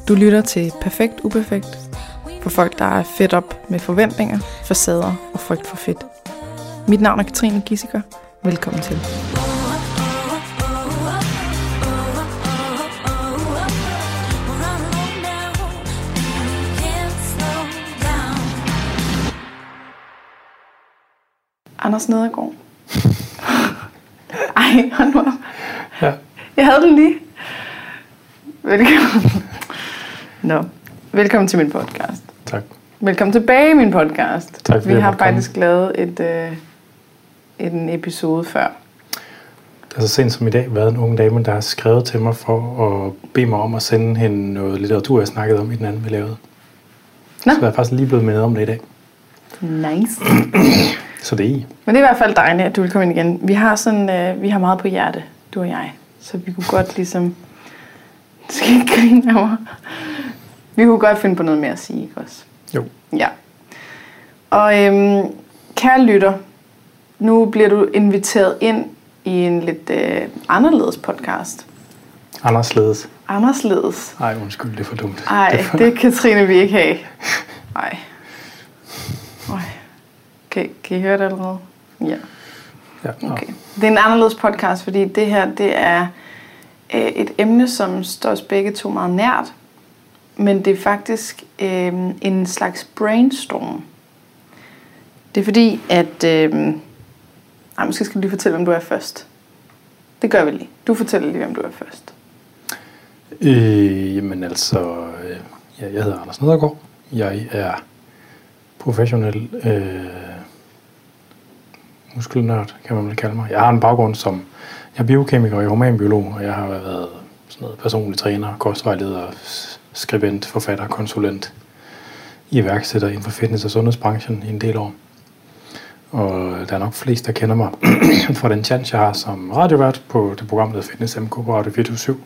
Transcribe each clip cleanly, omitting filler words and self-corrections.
Du lytter til Perfekt Uperfekt for folk, der er fedt op med forventninger, facader og frygt for fedt. Mit navn er Katrine Gissiker. Velkommen til. Anders Nedergaard. Ej, hold nu op. Ja. Jeg havde den lige. Velkommen. Velkommen til min podcast. Tak. Velkommen tilbage i min podcast. Tak, vi har faktisk lavet en episode før. Der har så sent som i dag været en ung dame, der har skrevet til mig for at bede mig om at sende hende noget litteratur, jeg snakkede om i den anden, vi lavede. Nå. Så jeg er faktisk lige blevet mindet om det i dag. Nice. Så det er i. Men det er i hvert fald dejligt, at du vil komme ind igen. Vi har meget på hjerte, du og jeg. Så vi kunne godt ligesom... Du skal ikke grine af mig. Vi kunne godt finde på noget mere at sige, ikke også? Jo. Ja. Og kære lytter, nu bliver du inviteret ind i en lidt anderledes podcast. Andersledes. Andersledes. Ej, undskyld, det er for dumt. Ej, det kan Trine vi ikke have. Ej. Kan I høre det allerede? Ja. Ja. Okay. Det er en anderledes podcast, fordi det her, det er et emne, som står os begge to meget nært. Men det er faktisk en slags brainstorm. Det er fordi, at... måske skal du lige fortælle, hvem du er først. Det gør vi lige. Du fortæller lige, hvem du er først. Jamen altså... jeg hedder Anders Nedergaard. Jeg er professionel muskelnørd, kan man vel kalde mig. Jeg har en baggrund som... Jeg er biokemiker og humanbiolog, og jeg har været sådan noget personlig træner, kostvejleder, skribent, forfatter, konsulent, iværksætter inden for fitness- og sundhedsbranchen i en del år. Og der er nok flest, der kender mig fra den chance, jeg har som radiovært på det program, der hedder Fitness MK på Radio 24/7.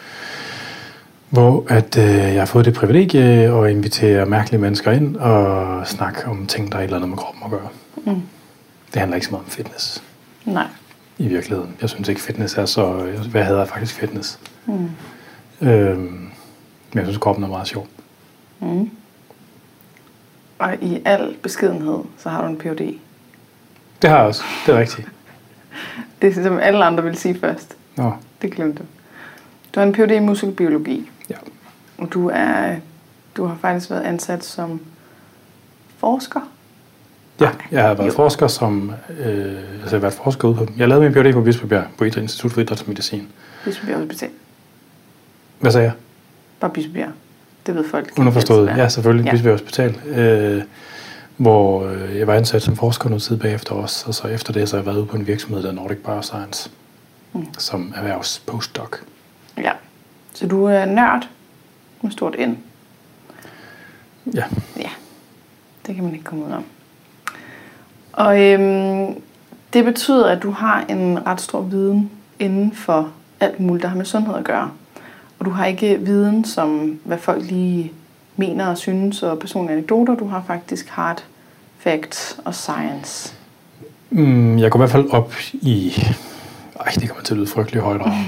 Hvor at, jeg har fået det privilegie at invitere mærkelige mennesker ind og snakke om ting, der er et eller andet med kroppen at gøre. Mm. Det handler ikke så meget om fitness. Nej. I virkeligheden. Jeg synes ikke, fitness er så... Hvad hedder faktisk fitness? Mm. Men jeg synes, kroppen er meget sjov. Mm. Og i al beskedenhed, så har du en Ph.D. Det har jeg også. Det er rigtigt. Det er som alle andre vil sige først. Nå. Det glemte du. Du har en Ph.D. i muskelbiologi. Ja. Og du har faktisk været ansat som forsker. Ja, jeg har været forsker som... jeg har været forsker ude på... Jeg lavede min Ph.D. på Bispebjerg, på Institut for Idrætsmedicin. Bispebjerg Hospital. Hvad sagde jeg? Bare Bispebjerg. Det ved folk. Underforstået. Ja, selvfølgelig. Ja. Bispebjerg Hospital. Hvor jeg var ansat som forsker noget tid bagefter også. Og så efter det, så har jeg været ude på en virksomhed, der Nordic Bioscience. Som erhvervs postdoc. Ja. Så du er nørd med stort N. Ja. Ja. Det kan man ikke komme ud om. Og det betyder, at du har en ret stor viden inden for alt muligt, der har med sundhed at gøre. Og du har ikke viden som, hvad folk lige mener og synes, og personlige anekdoter. Du har faktisk hard facts og science. Jeg går i hvert fald op i... det kommer til at lyde frygtelig højt over.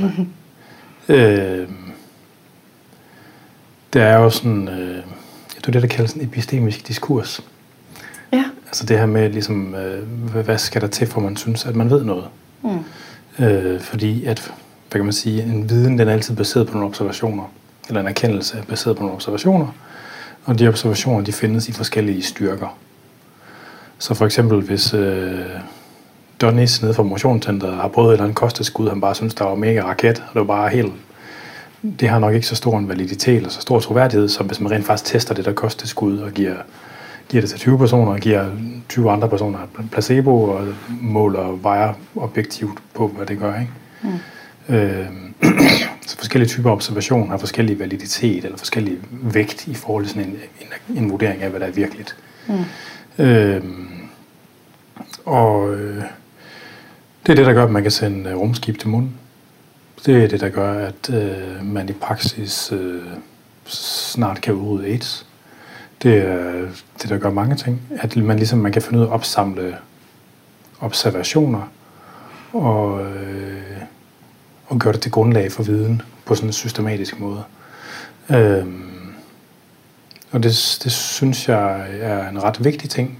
Det er jo sådan... det er det, der kaldes en epistemisk diskurs. Ja. Altså det her med, ligesom, hvad skal der til, for man synes, at man ved noget. Fordi at, hvad kan man sige, en viden, den er altid baseret på nogle observationer. Eller en erkendelse er baseret på nogle observationer. Og de observationer, de findes i forskellige styrker. Så for eksempel, hvis Donnis nede fra motionscenteret har prøvet et eller andet kosttilskud, han bare synes, der var mega raket, og det var bare helt... Det har nok ikke så stor en validitet eller så stor troværdighed, som hvis man rent faktisk tester det der kosttilskud og giver det til 20 personer og giver 20 andre personer placebo og måler og vejer objektivt på, hvad det gør, ikke? Så forskellige typer observation har forskellige validitet eller forskellige vægt i forhold til sådan en vurdering af, hvad der er virkeligt. Det er det, der gør, at man kan sende rumskib til månen. Det er det, der gør, at man i praksis snart kan udrydde AIDS. Det er det, der gør mange ting. At man kan finde ud af at opsamle observationer og gøre det til grundlag for viden på sådan en systematisk måde. Og det synes jeg er en ret vigtig ting.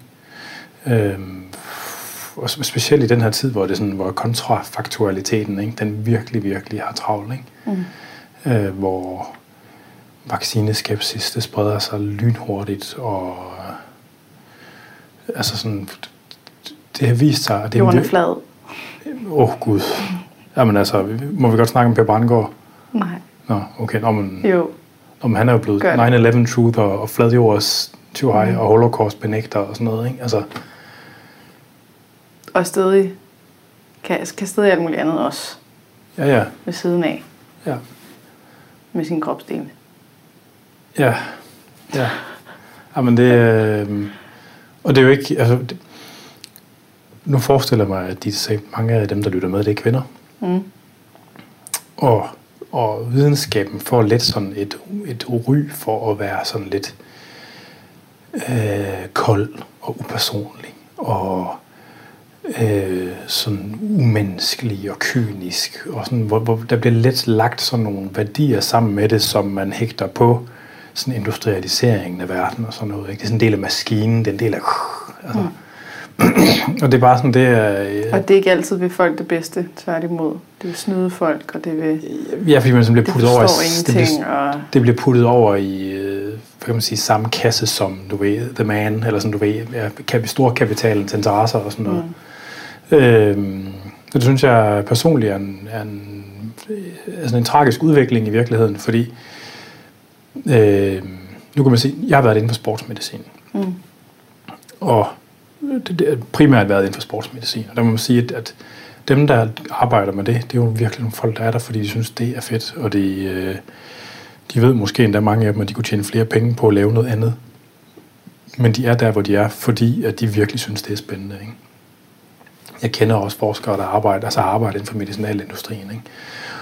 Og specielt i den her tid, hvor det sådan, hvor kontrafaktualiteten, ikke, den virkelig, virkelig har travlt, ikke? Hvor vaccineskepsis, det spreder sig lynhurtigt, og altså sådan, det har vist sig, at det jorden er flad. Gud. Jamen altså, må vi godt snakke om Per Brandgaard? Nej. Nå, okay. Jo. Om han er jo blevet 9/11 truth og fladjords tyvhej og holocaust benægter og sådan noget, ikke? Altså. Og stadig kan stadig alt muligt andet også. Ja. Ved siden af. Ja. Med sin kropsdel. Ja. Jamen det og det er jo ikke, altså nu forestiller jeg mig, at mange af dem, der lytter med, det er kvinder. Og videnskaben får lidt sådan et ry for at være sådan lidt kold og upersonlig og sådan umenneskelig og kynisk og sådan, hvor der bliver let lagt sådan nogle værdier sammen med det, som man hægter på sådan industrialiseringen af verden og sådan noget, ikke? Det er sådan en del af maskinen, det er en del af altså. Og det er bare sådan, det er... Og det er ikke altid ved folk det bedste, tværtimod. Det vil snyde folk, og det vil... Ja, fordi man bliver puttet over i... Det bliver puttet over i, hvad kan man sige, samme kasse som, du ved, The Man, eller sådan, du ved, storkapitalens interesser og sådan noget. Det synes jeg personligt er en tragisk udvikling i virkeligheden, fordi nu kan man sige, jeg har været inden for sportsmedicin. Og det har primært været inden for sportsmedicin. Og der må man sige, at dem, der arbejder med det er jo virkelig nogle folk, der er der, fordi de synes, det er fedt. Og de ved måske endda mange af dem, at de kunne tjene flere penge på at lave noget andet. Men de er der, hvor de er, fordi at de virkelig synes, det er spændende. Ikke? Jeg kender også forskere, der arbejder inden for medicinalindustrien. Ikke?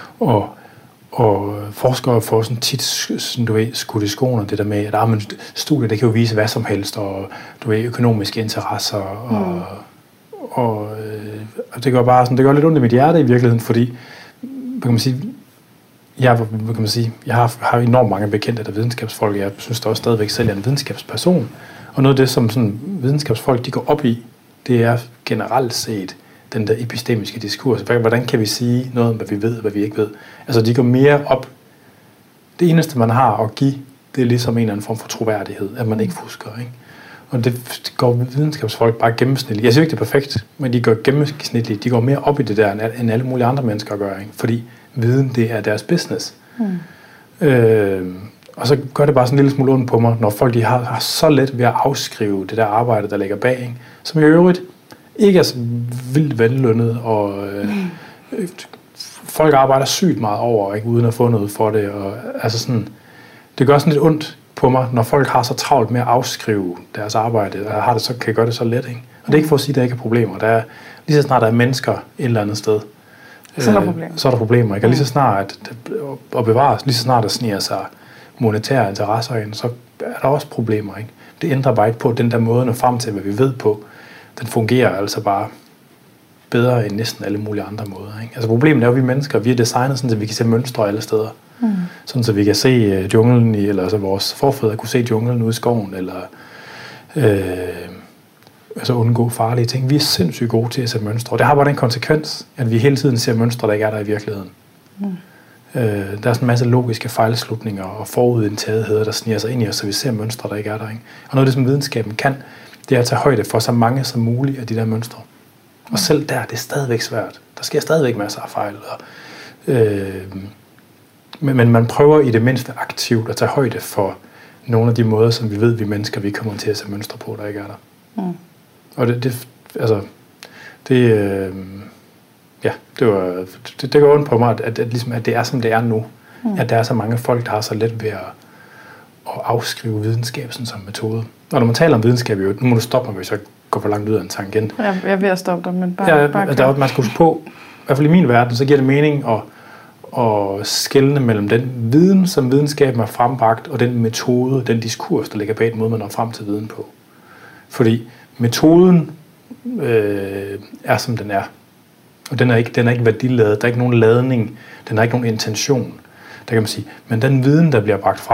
Og forskere får sådan tit sådan, du ved, skudt i skoene det der med, at studiet, det kan jo vise hvad som helst, og du ved, økonomiske interesser, og det gør bare sådan, det gør lidt ondt i mit hjerte i virkeligheden, fordi, hvad kan man sige, jeg har enormt mange bekendte, der er videnskabsfolk, jeg synes da også stadigvæk selv er en videnskabsperson, og noget af det, som sådan videnskabsfolk, de går op i, det er generelt set den der epistemiske diskurs. Hvordan kan vi sige noget om, hvad vi ved, og hvad vi ikke ved? Altså, de går mere op. Det eneste, man har at give, det er ligesom en eller anden form for troværdighed, at man ikke fusker, ikke? Og det går videnskabsfolk bare gennemsnitligt. Jeg siger ikke, det er perfekt, men de går gennemsnitligt. De går mere op i det der, end alle mulige andre mennesker gør, ikke? Fordi viden, det er deres business. Og så gør det bare sådan en lille smule ondt på mig, når folk de har så let ved at afskrive det der arbejde, der ligger bag, ikke? Som i øvrigt ikke er så vildt vellønnet, og folk arbejder sygt meget over, ikke, uden at få noget for det. Og, altså sådan, det gør sådan lidt ondt på mig, når folk har så travlt med at afskrive deres arbejde, og har det, så kan gøre det så let. Ikke? Og det er ikke for at sige, at der ikke er problemer. Der er, lige så snart der er mennesker et eller andet sted, så er der problemer. Så er der problemer. Ikke? Og lige så snart at bevares, lige så snart der sniger sig monetære interesser ind, så er der også problemer. Ikke? Det ændrer bare ikke på den der måde at nå frem til, hvad vi ved på. Den fungerer altså bare bedre end næsten alle mulige andre måder. Ikke? Altså problemet er jo, at vi mennesker, vi er designet sådan, at vi kan se mønstre alle steder. Sådan, så vi kan se junglen eller altså vores forfædre kunne se junglen ude i skoven, eller altså undgå farlige ting. Vi er sindssygt gode til at se mønstre. Og det har bare den konsekvens, at vi hele tiden ser mønstre, der ikke er der i virkeligheden. Der er sådan en masse logiske fejlslutninger og forudindtagetheder, der sniger sig ind i os, så vi ser mønstre, der ikke er der. Ikke? Og noget af det, som videnskaben kan, det er at tage højde for så mange som muligt af de der mønstre. Og selv der, det er stadigvæk svært. Der sker stadigvæk masser af fejl. Men man prøver i det mindste aktivt at tage højde for nogle af de måder, som vi ved, vi mennesker, vi kommer til at se mønstre på, der ikke er der. Og det går ondt på mig, at det er, som det er nu. At der er så mange folk, der har så let ved at afskrive videnskab som metode. Og når man taler om videnskab, nu må du stoppe mig, hvis jeg går for langt ud af en tangent. Ja, jeg er ved at stoppe dig, men bare man skal huske på, i hvert fald i min verden, så giver det mening at skelne mellem den viden, som videnskaben har frembragt, og den metode, den diskurs, der ligger bag den måde, man når frem til viden på. Fordi metoden er, som den er. Og den er ikke værdiladet, der er ikke nogen ladning, den har ikke nogen intention. Der kan man sige, men den viden, der bliver bragt frem,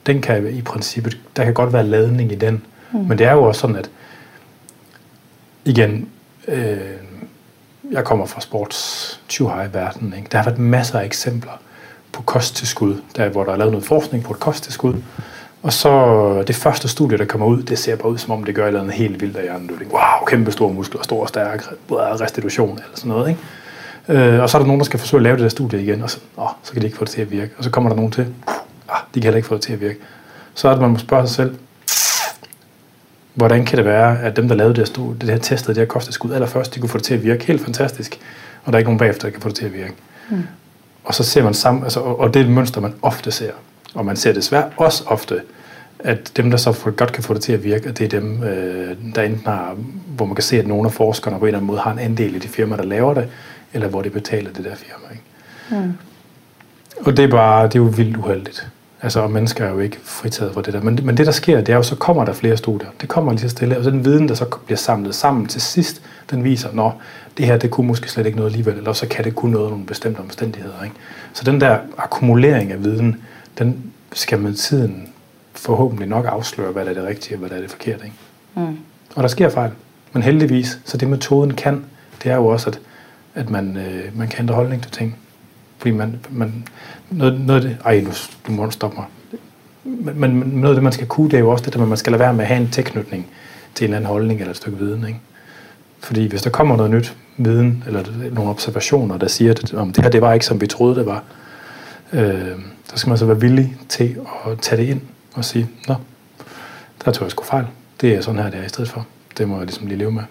den kan i princippet, der kan godt være ladning i den. Men det er jo også sådan, at igen, jeg kommer fra sports verden, ikke? Der har været masser af eksempler på kosttilskud, hvor der er lavet noget forskning på et kosttilskud. Og så det første studie, der kommer ud, det ser bare ud, som om det gør et eller andet helt vildt af hjernen. Wow, kæmpe store muskler, stor og stærk restitution eller sådan noget, ikke? Og så er der nogen, der skal forsøge at lave det der studie igen, og så kan de ikke få det til at virke. Og så kommer der nogen til, de kan heller ikke få det til at virke. Så er det, man må spørge sig selv, hvordan kan det være, at dem, der lavede det her testet, det her kosttilskud allerførst, de kunne få det til at virke helt fantastisk, og der er ikke nogen bagefter, der kan få det til at virke. Og så ser man sammen, og det er et mønster, man ofte ser. Og man ser desværre også ofte, at dem, der så godt kan få det til at virke, det er dem, der enten har, hvor man kan se, at nogle af forskerne på en eller anden måde har en andel i de firmaer, der laver det, eller hvor de betaler det der firma. Ikke? Og det er jo vildt uheldigt. Altså, og mennesker er jo ikke fritaget fra det der. Men det, der sker, det er jo, så kommer der flere studier. Det kommer lige så stille. Og så den viden, der så bliver samlet sammen til sidst, den viser, det her, det kunne måske slet ikke noget alligevel, eller så kan det kunne noget nogle bestemte omstændigheder. Ikke? Så den der akkumulering af viden, den skal med tiden forhåbentlig nok afsløre, hvad der er det rigtige, og hvad der er det forkerte. Ikke? Og der sker fejl. Men heldigvis, så det metoden kan, det er jo også, at man kan ændre holdning til ting. Fordi noget af det, du må stoppe mig. Men noget af det, man skal kunne, det er jo også det, at man skal lade være med at have en tilknytning til en anden holdning eller et stykke viden. Ikke? Fordi hvis der kommer noget nyt viden, eller nogle observationer, der siger, at det her, det var ikke, som vi troede, det var, så skal man så være villig til at tage det ind og sige, der tog jeg sgu fejl. Det er sådan her, det er i stedet for. Det må jeg ligesom lige leve med.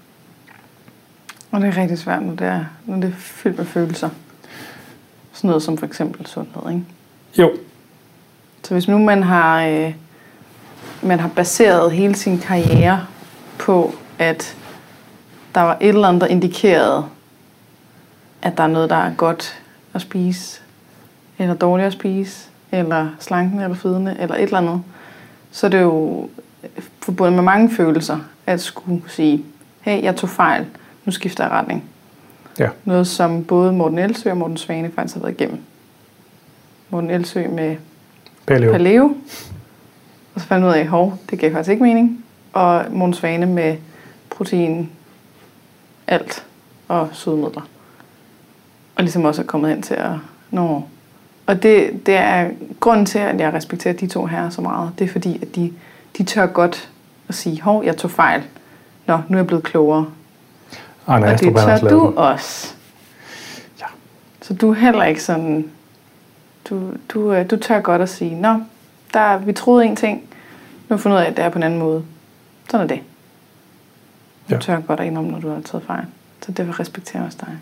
Og det er rigtig svært, når det er fyldt med følelser. Sådan noget som for eksempel sundhed, ikke? Jo. Så hvis nu man har baseret hele sin karriere på, at der var et eller andet, der indikerede, at der er noget, der er godt at spise, eller dårligt at spise, eller slankende eller fedende, eller et eller andet, så er det jo forbundet med mange følelser, at skulle sige, hey, jeg tog fejl, nu skifter jeg retning. Ja. Noget, som både Morten Elsøe og Morten Svane faktisk har været igennem. Morten Elsøe med Paleo. Og så fandt ud af, det gav faktisk ikke mening. Og Morten Svane med protein, alt og sødemidler. Og ligesom også er kommet hen til at nå. Og det er grunden til, at jeg respekterer de to herrer så meget. Det er fordi, at de tør godt at sige, jeg tog fejl. Nu er jeg blevet klogere. Og det tør du også. Ja. Så du er heller ikke sådan... Du tør godt at sige, vi troede en ting, nu har vi fundet ud af, at det er på en anden måde. Sådan er det. Du tør godt at indrømme, når du har taget fejl. Så det respekterer jeg også dig.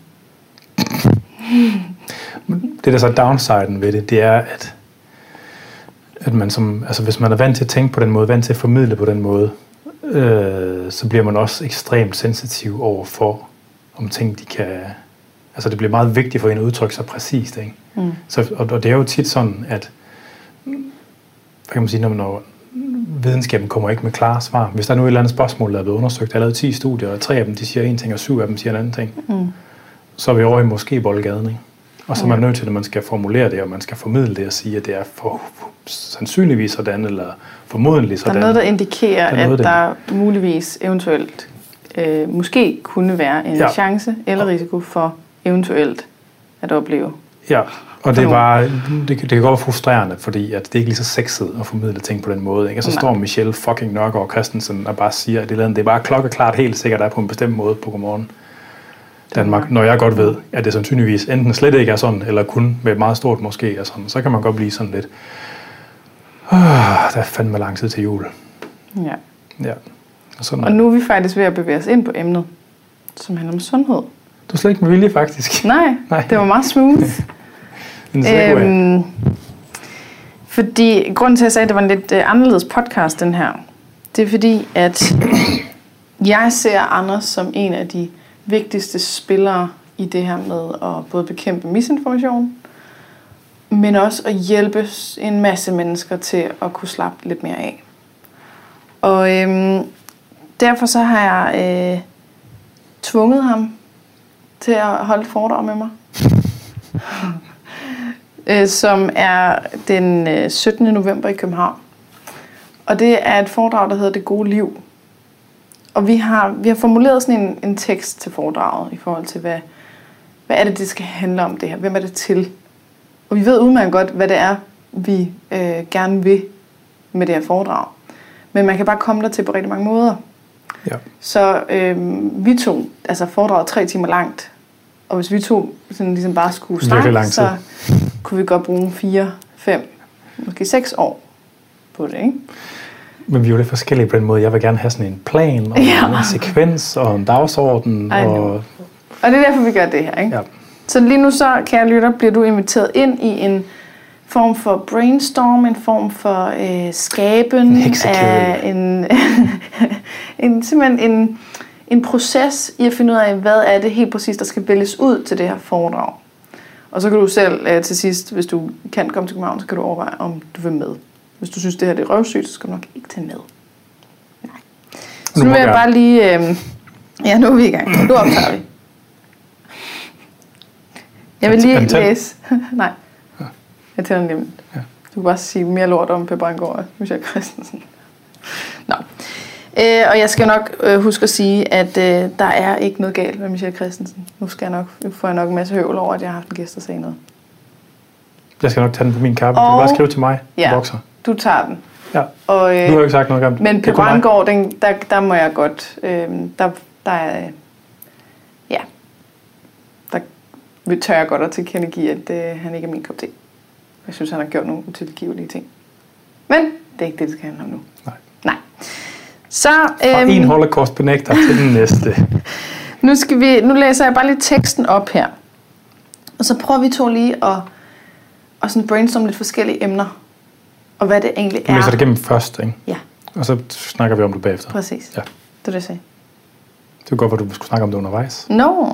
Det der så downsiden ved det er, at man som... Altså hvis man er vant til at tænke på den måde, vant til at formidle på den måde, så bliver man også ekstremt sensitiv over for, om ting de kan... Altså det bliver meget vigtigt for en at udtrykke sig præcist, ikke? Så, og det er jo tit sådan, at... Hvad kan man sige, når videnskaben kommer ikke med klare svar. Hvis der er nu et eller andet spørgsmål, der er blevet undersøgt, der er lavet 10 studier, og 3 af dem de siger en ting, og 7 af dem siger en anden ting, så er vi over i måske boldgaden, ikke? Og så er man nødt til, at man skal formulere det, og man skal formidle det og sige, at det er for sandsynligvis sådan, eller formodentlig sådan. Der er noget, der indikerer, at der muligvis eventuelt måske kunne være en chance eller risiko for eventuelt at opleve. Ja, og det kan godt være frustrerende, fordi at det er ikke lige så sexet at formidle ting på den måde. Ikke? Og så står Michelle fucking Nørgaard Christensen og bare siger, at det er bare klokkeklart helt sikkert, at der er på en bestemt måde på Godmorgen Danmark, når jeg godt ved, at det sandsynligvis enten slet ikke er sådan, eller kun med et meget stort måske er sådan, så kan man godt blive sådan lidt, der er fandme lang tid til jul. Ja. Og nu er vi faktisk ved at bevæge os ind på emnet, som handler om sundhed. Du er slet ikke med vilje, faktisk. Nej, det var meget smooth. Fordi grunden til, at jeg sagde, at det var en lidt anderledes podcast, den her, det er fordi, at jeg ser Anders som en af de vigtigste spillere i det her med at både bekæmpe misinformation, men også at hjælpe en masse mennesker til at kunne slappe lidt mere af. Og derfor så har jeg tvunget ham til at holde foredrag med mig. som er den 17. november i København. Og det er et foredrag, der hedder Det gode liv. Og vi har formuleret sådan en tekst til foredraget i forhold til, hvad er det skal handle om det her? Hvem er det til? Og vi ved udmærket godt, hvad det er, vi gerne vil med det her foredrag. Men man kan bare komme der til på rigtig mange måder. Ja. Så vi tog foredraget 3 timer langt. Og hvis vi to sådan ligesom bare skulle snakke, så kunne vi godt bruge 4, 5, måske 6 år på det, ikke? Men vi er jo lidt forskellige på den måde. Jeg vil gerne have sådan en plan, og en sekvens, og en dagsorden. Og det er derfor, vi gør det her, ikke? Ja. Så lige nu så, kære lytter, bliver du inviteret ind i en form for brainstorm, en form for skaben af simpelthen en proces i at finde ud af, hvad er det helt præcis, der skal vælges ud til det her foredrag. Og så kan du selv til sidst, hvis du kan komme til København, så kan du overveje, om du vil med. Hvis du synes, det her det er røvsygt, så skal du nok ikke tage med. Nej. Så nu vil jeg bare lige... nu er vi i gang. Nu optager vi. Jeg vil lige læse... Nej. Jeg tænder lige. Ja. Du kan bare sige mere lort om Pippi Langkongård og Michelle Christensen. Nå. Og jeg skal nok huske at sige, at der er ikke noget galt med Michelle Christensen. Nu får jeg nok en masse høvl over, at jeg har haft en gæst, der sagde noget. Jeg skal nok tage den på min kappe. Du kan bare skrive til mig. Ja, Bokser. Du tager den. Ja. Og, du har jo ikke sagt noget om det. Men Pippi Langkongård, der må jeg godt... Der tør jeg godt at tilkendegive, at han ikke er min kop te. Jeg synes, han har gjort nogle utilgivelige ting. Men det er ikke det, det skal handle om nu. Nej. Så, fra en holocaust-benægter til den næste. Nu læser jeg bare lige teksten op her. Og så prøver vi to lige at sådan brainstorme lidt forskellige emner. Og hvad det egentlig er. Du læser det igennem først, ikke? Ja. Og så snakker vi om det bagefter. Præcis. Ja. Det er det, jeg sagde. Det var godt, hvor du skulle snakke om det undervejs.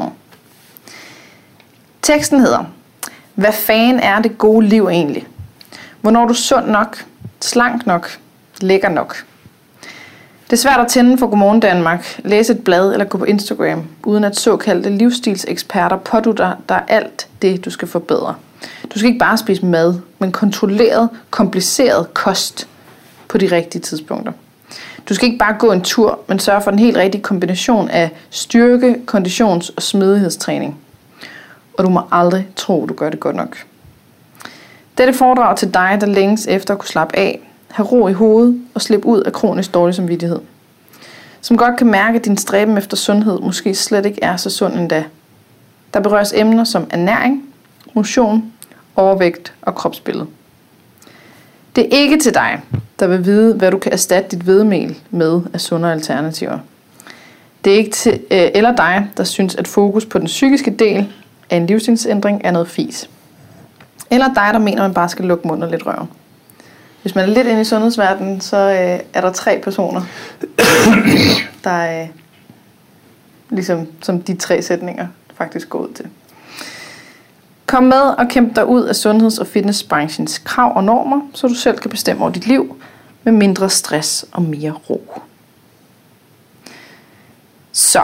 Teksten hedder: Hvad fanden er det gode liv egentlig? Hvornår er du sund nok, slank nok, lækker nok? Det er svært at tænde for Godmorgen Danmark, læse et blad eller gå på Instagram, uden at såkaldte livsstilseksperter pådutter dig alt det, du skal forbedre. Du skal ikke bare spise mad, men kontrolleret, kompliceret kost på de rigtige tidspunkter. Du skal ikke bare gå en tur, men sørge for en helt rigtig kombination af styrke, konditions- og smidighedstræning. Og du må aldrig tro, du gør det godt nok. Dette foredrag til dig, der længes efter at kunne slappe af, have ro i hovedet og slippe ud af kronisk dårlig samvittighed. Som godt kan mærke, at din stræben efter sundhed måske slet ikke er så sund endda. Der berøres emner som ernæring, motion, overvægt og kropsbillede. Det er ikke til dig, der vil vide, hvad du kan erstatte dit hvedemel med af sundere alternativer. Det er ikke til eller dig, der synes, at fokus på den psykiske del af en livsstilsændring er noget fis. Eller dig, der mener, at man bare skal lukke munden og lidt røven. Hvis man er lidt inde i sundhedsverdenen, så er der 3 personer, der ligesom som de 3 sætninger faktisk går ud til. Kom med og kæmp dig ud af sundheds- og fitnessbranchens krav og normer, så du selv kan bestemme over dit liv med mindre stress og mere ro. Så.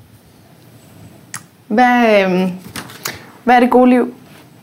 Hvad er det gode liv?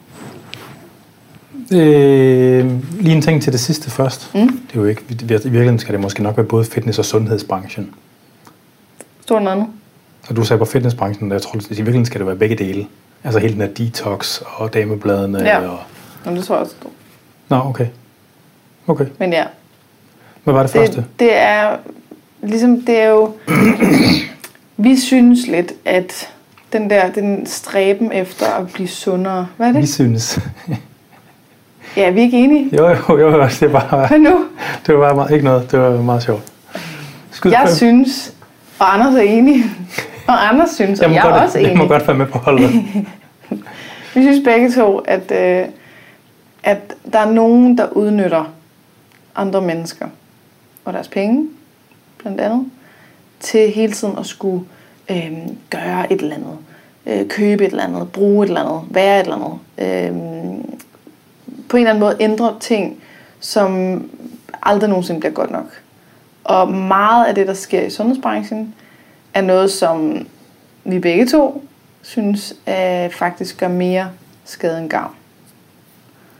Lige en ting til det sidste først. Det er jo ikke, i virkeligheden skal det måske nok være både fitness- og sundhedsbranchen. Står der noget andet? Og du sagde på fitnessbranchen, jeg tror, i virkeligheden skal det være begge dele. Altså hele den her detox og damebladene. Ja, og... det tror jeg også. Nå, okay. Men ja. Hvad var det første? Det er ligesom, det er jo... Vi synes lidt, at den stræben efter at blive sundere... Hvad er det? Vi synes... Ja, vi er ikke enige. Jo, det var... Hvad nu? Det var bare ikke noget, det var meget sjovt. Jeg synes, og Anders er enig, og Anders synes, og jeg er også enig. Jeg må godt være med på holdet. Vi synes begge to, at der er nogen, der udnytter andre mennesker og deres penge, blandt andet, til hele tiden at skulle gøre et eller andet, købe et eller andet, bruge et eller andet, være et eller andet. På en eller anden måde ændre ting, som aldrig nogensinde bliver godt nok. Og meget af det, der sker i sundhedsbranchen, er noget, som vi begge to synes faktisk gør mere skade end gavn.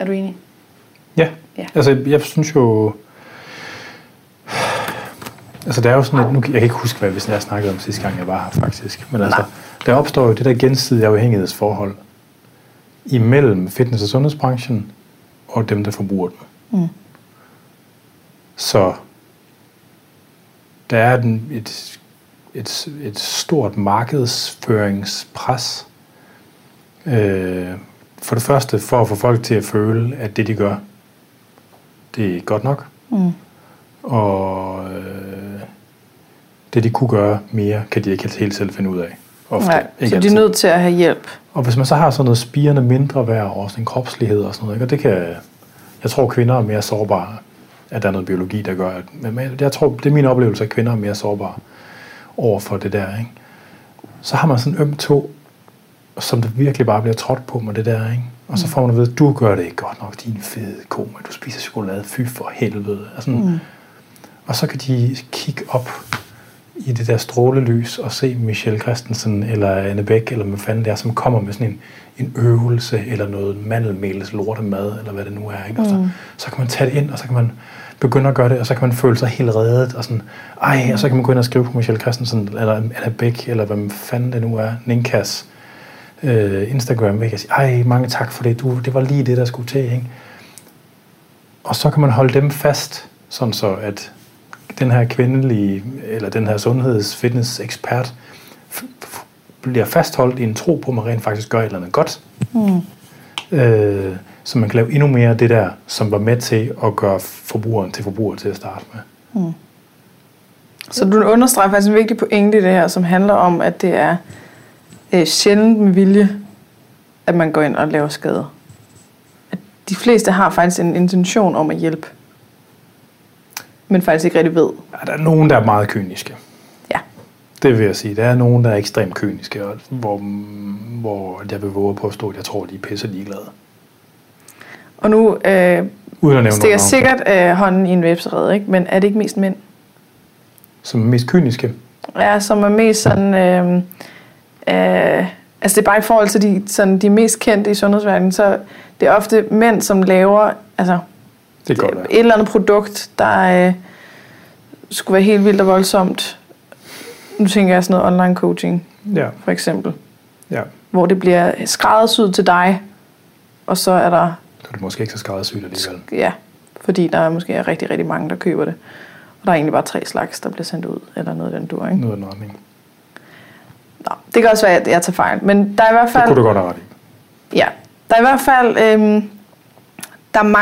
Er du enig? Ja. Altså jeg synes jo... Altså der er jo sådan et... Nu, jeg kan ikke huske, hvad jeg snakkede om sidste gang, jeg var her faktisk. Men altså, der opstår jo det der gensidige afhængighedsforhold imellem fitness- og sundhedsbranchen og dem, der forbruger den. Så der er et stort markedsføringspres. For det første for at få folk til at føle, at det de gør, det er godt nok. Og det de kunne gøre mere, kan de ikke helt selv finde ud af. Ofte. Nej, så de er nødt til at have hjælp. Og hvis man så har sådan noget spirende mindre værd og sådan en kropslighed og sådan noget, ikke? Og det kan, jeg tror kvinder er mere sårbare, at der er noget biologi, der gør, at, men jeg tror, det er min oplevelse, at kvinder er mere sårbare over for det der, ikke? Så har man sådan en øm tå, som det virkelig bare bliver trådt på med det der, ikke? Og så får man at vide, du gør det ikke godt nok, din fede kone, du spiser chokolade, fy for helvede. Altså, og så kan de kigge op i det der strålelys og se Michelle Christensen eller Anne Bæk, eller hvad fanden det er, som kommer med sådan en øvelse, eller noget mandelmæles lortemad, eller hvad det nu er, ikke? Og så kan man tage det ind, og så kan man begynde at gøre det, og så kan man føle sig helt reddet, og sådan, og så kan man gå ind og skrive på Michelle Christensen, eller Anne Bæk, eller hvad fanden det nu er, Ninkas Instagram, ikke? Og sige, mange tak for det, det var lige det, der skulle til, ikke? Og så kan man holde dem fast, sådan så at den her kvindelige, eller den her sundheds-fitness-ekspert bliver fastholdt i en tro på, at man rent faktisk gør et eller andet godt. Så man kan lave endnu mere af det der, som var med til at gøre forbrugeren til forbruger til at starte med. Så du understreger faktisk en vigtig pointe i det her, som handler om, at det er sjældent med vilje, at man går ind og laver skade. At de fleste har faktisk en intention om at hjælpe, men faktisk ikke rigtig ved. Ja, der er nogen, der er meget kyniske. Ja. Det vil jeg sige. Der er nogen, der er ekstremt kyniske, hvor jeg vil våge på at stå, at jeg tror, de er pisse ligeglade. Og nu stikker sikkert hånden i en vepserede, ikke? Men er det ikke mest mænd? Som er mest kyniske? Ja, som er mest sådan... altså det er bare i forhold til de mest kendte i sundhedsverdenen, så det er ofte mænd, som laver et eller andet produkt, der skulle være helt vildt og voldsomt. Nu tænker jeg sådan noget online coaching, for eksempel. Ja. Hvor det bliver skræddersyet til dig, og så er der... Så er det måske ikke så skræddersyet alligevel. Ja, fordi der måske er rigtig, rigtig mange, der køber det. Og der er egentlig bare 3 slags, der bliver sendt ud, eller noget af den dur, ikke? Noget af den retning. Nå, det kan også være, at jeg tager fejl, men der er i hvert fald... Det kunne du godt have ret i. Ja, der er i hvert fald... der er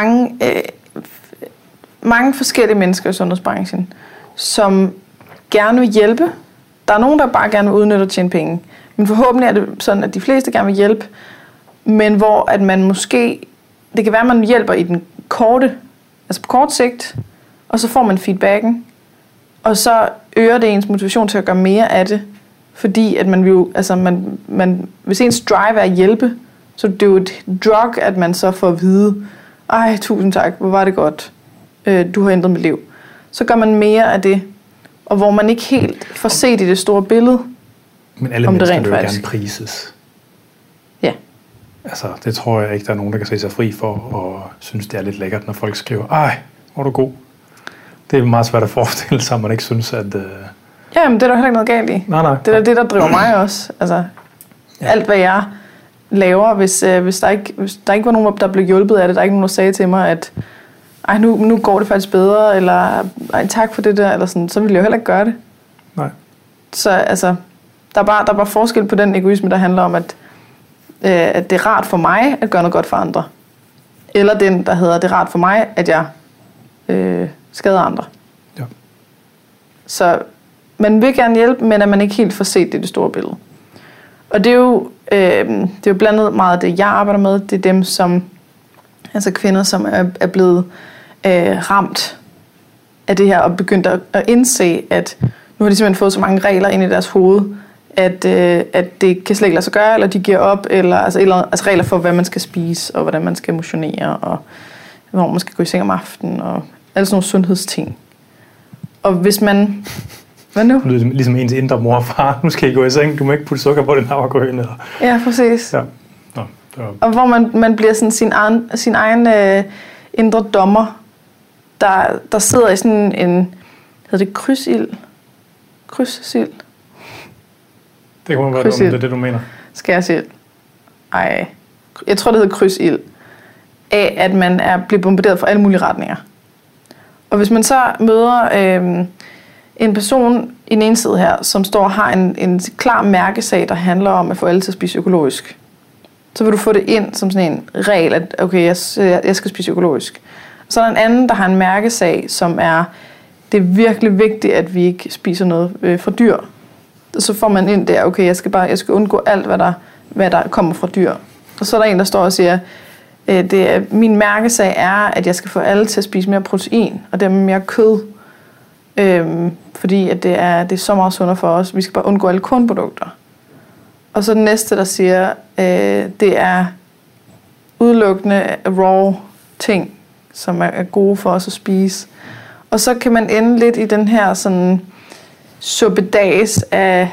mange forskellige mennesker i sundhedsbranchen, som gerne vil hjælpe. Der er nogen, der bare gerne vil udnytte og tjene penge. Men forhåbentlig er det sådan, at de fleste gerne vil hjælpe, men hvor at man måske... Det kan være, at man hjælper i den korte, altså på kort sigt, og så får man feedbacken, og så øger det ens motivation til at gøre mere af det, fordi at man vil, hvis ens drive er at hjælpe, så det er jo et drug, at man så får at vide, tusind tak, hvor var det godt, du har ændret mit liv. Så gør man mere af det, og hvor man ikke helt får set i det store billede. Men alle mennesker vil jo gerne prises. Ja. Altså, det tror jeg ikke, der er nogen, der kan se sig fri for, og synes, det er lidt lækkert, når folk skriver, hvor er du god. Det er meget svært at forestille sig, at man ikke synes, at... Jamen, det er der heller ikke noget galt i. Nej. Det er det, der driver mig også. Altså, alt hvad jeg laver, hvis der ikke var nogen, der blev hjulpet af det, der er ikke nogen, der sagde til mig, at nu går det faktisk bedre, eller tak for det der, eller sådan, så ville jeg jo heller ikke gøre det. Nej. Så altså, der er bare forskel på den egoisme, der handler om, at det er rart for mig at gøre noget godt for andre. Eller den, der hedder, det er rart for mig, at jeg skader andre. Ja. Så man vil gerne hjælpe, men at man ikke helt får set det store billede. Og det er jo blandt andet meget af det, jeg arbejder med. Det er dem, som, altså kvinder, som er blevet ramt af det her, og begyndt at indse, at nu har de simpelthen fået så mange regler ind i deres hoved, at det kan slet ikke lade sig gøre, eller de giver op, eller regler for, hvad man skal spise, og hvordan man skal motionere, og hvor man skal gå i seng om aftenen, og alle sådan nogle sundhedsting. Og hvis man... Hvad nu? Det lyder ligesom ens indre mor og far. Nu skal I gå i seng, du må ikke putte sukker på den havregryn. Ja, præcis. Ja. Nå. Og hvor man bliver sådan sin egen indre dommer, der sidder i sådan en, hedder det krydsild? Krydsild? Det kan være, det er det, du mener. Skærsild. Ej. Jeg tror, det hedder krydsild. Af, at man bliver bombarderet fra alle mulige retninger. Og hvis man så møder en person i den ene side her, som står og har en klar mærkesag, der handler om at få alle til at spise økologisk, så vil du få det ind som sådan en regel, at okay, jeg skal spise økologisk. Så er der en anden, der har en mærkesag, som er, det er virkelig vigtigt, at vi ikke spiser noget fra dyr. Så får man ind der, okay, jeg skal undgå alt, hvad der kommer fra dyr. Og så er der en, der står og siger, min mærkesag er, at jeg skal få alle til at spise mere protein, og dermed mere kød. Fordi at det er så meget sundere for os. Vi skal bare undgå alle kornprodukter. Og så den næste, der siger, det er udelukkende raw ting, som er gode for os at spise. Og så kan man ende lidt i den her sådan suppedags af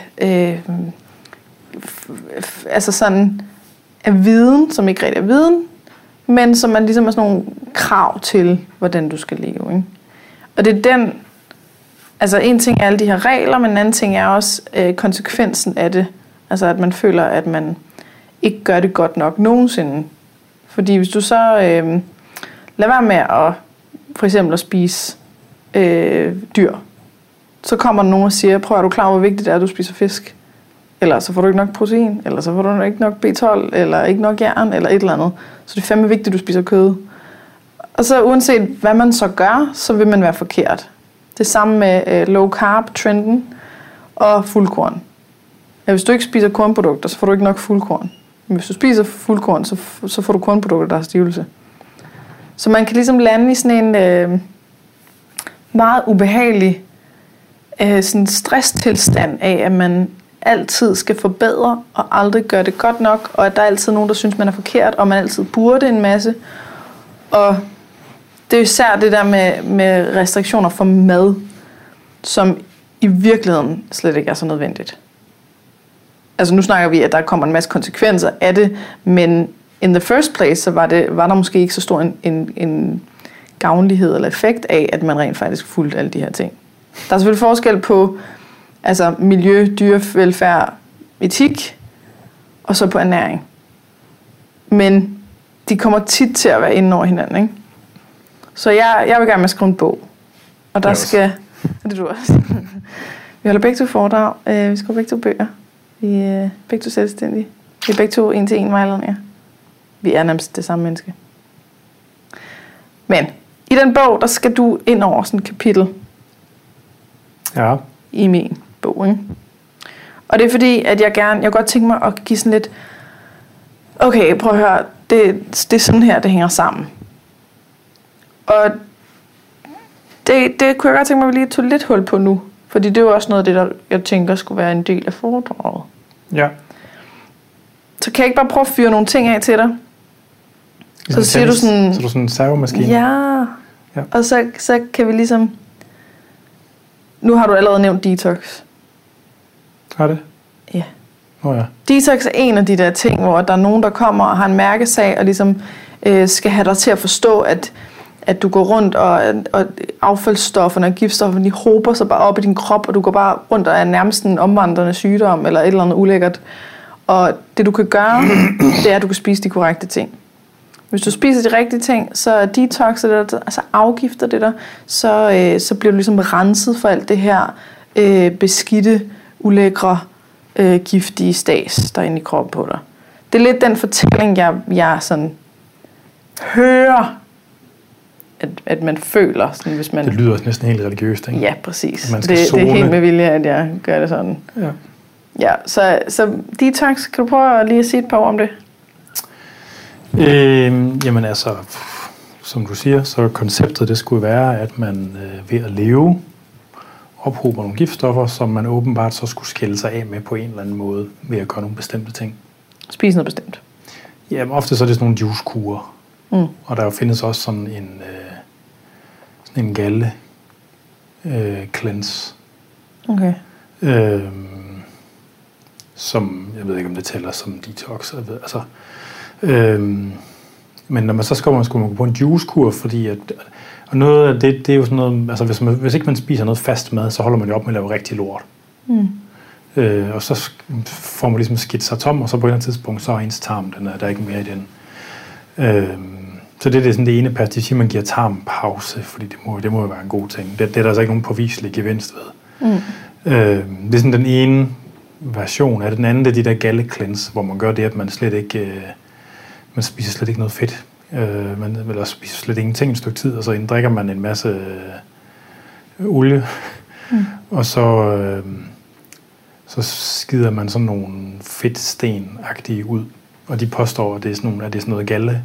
altså sådan af viden, som ikke rigtig er viden, men som man ligesom har sådan nogle krav til, hvordan du skal leve. Ikke? Og det er den, altså en ting er alle de her regler, men en anden ting er også konsekvensen af det. Altså at man føler, at man ikke gør det godt nok nogensinde. Fordi hvis du så lader være med at for eksempel at spise dyr, så kommer der nogen og siger, prøv, er du klar over, hvor vigtigt det er, at du spiser fisk? Eller så får du ikke nok protein, eller så får du ikke nok B12, eller ikke nok jern, eller et eller andet. Så det er fandme vigtigt, at du spiser kød. Og så uanset hvad man så gør, så vil man være forkert. Det samme med low carb trenden og fuldkorn. Ja, hvis du ikke spiser kornprodukter, så får du ikke nok fuldkorn. Men hvis du spiser fuldkorn, så får du kornprodukter, der har stivelse. Så man kan ligesom lande i sådan en meget ubehagelig sådan stresstilstand af, at man altid skal forbedre og aldrig gøre det godt nok, og at der er altid nogen, der synes, man er forkert, og man altid burde en masse. Og det er især det der med restriktioner for mad, som i virkeligheden slet ikke er så nødvendigt. Altså nu snakker vi, at der kommer en masse konsekvenser af det, men in the first place, så var der måske ikke så stor en gavnlighed eller effekt af, at man rent faktisk fulgte alle de her ting. Der er selvfølgelig forskel på altså miljø, dyrevelfærd, etik, og så på ernæring. Men de kommer tit til at være inde over hinanden, ikke? Så jeg vil gerne med at skrive en bog. Og der skal... Det er du også. Vi holder begge to foredrag. Vi skriver begge to bøger. Vi er begge to selvstændige. Vi er begge to 1-til-1 vejledninger. Vi er nærmest det samme menneske. Men i den bog, der skal du ind over sådan et kapitel. Ja. I min bog, ikke? Og det er fordi, at jeg godt tænker mig at give sådan lidt, okay, prøv at høre, det er sådan her, det hænger sammen. Og det kunne jeg godt tænke mig, at vi lige tog lidt hul på nu. Fordi det er jo også noget af det, der jeg tænker skulle være en del af foredraget. Ja. Så kan jeg ikke bare prøve at fyre nogle ting af til dig? Så siger du sådan... Så du sådan en servomaskine? Ja. Og så kan vi ligesom... Nu har du allerede nævnt detox. Har det? Ja. Ja. Detox er en af de der ting, hvor der er nogen, der kommer og har en mærkesag, og ligesom skal have dig til at forstå, at du går rundt, og affaldsstofferne og giftstofferne, de hober sig bare op i din krop, og du går bare rundt og er nærmest en omvandrende sygdom, eller et eller andet ulækkert. Og det du kan gøre, det er, at du kan spise de korrekte ting. Hvis du spiser de rigtige ting, så detoxer det der, altså afgifter det der, så bliver du ligesom renset for alt det her beskidte, ulækre, giftige stas, der er inde i kroppen på dig. Det er lidt den fortælling, jeg sådan hører, at man føler, sådan, hvis man... Det lyder også næsten helt religiøst, ikke? Ja, præcis. Det er helt med vilje, at jeg gør det sådan. Ja. Ja, så detox, kan du prøve lige at sige et par ord om det? Jamen altså, som du siger, så konceptet det skulle være, at man ved at leve ophober nogle giftstoffer, som man åbenbart så skulle skille sig af med på en eller anden måde ved at gøre nogle bestemte ting. Spise noget bestemt? Jamen ofte så er det sådan nogle juicekurer. Og der findes også sådan en galle cleanse. Okay. Som, jeg ved ikke om det tæller som detox. Altså, Men når man så skulle man gå på en juicekur, fordi og noget af det er jo sådan noget, altså hvis ikke man spiser noget fast mad, så holder man jo op med at lave rigtig lort. Og så får man ligesom skidt sig tom, og så på et eller andet tidspunkt, så er ens tarm, der er ikke mere i den. Så det er sådan det ene perspektiv, man giver tarmpause, fordi det må jo være en god ting. Det er der altså ikke nogen påviselig gevinst ved. Det er sådan den ene version af det. Den anden, det er de der galle-cleanse, hvor man gør det, at man slet ikke, man spiser slet ikke noget fedt. Eller spiser slet ingenting et stykke tid, og så drikker man en masse olie, og så skider man sådan nogle fedtsten-agtige ud, og de påstår, at det er sådan noget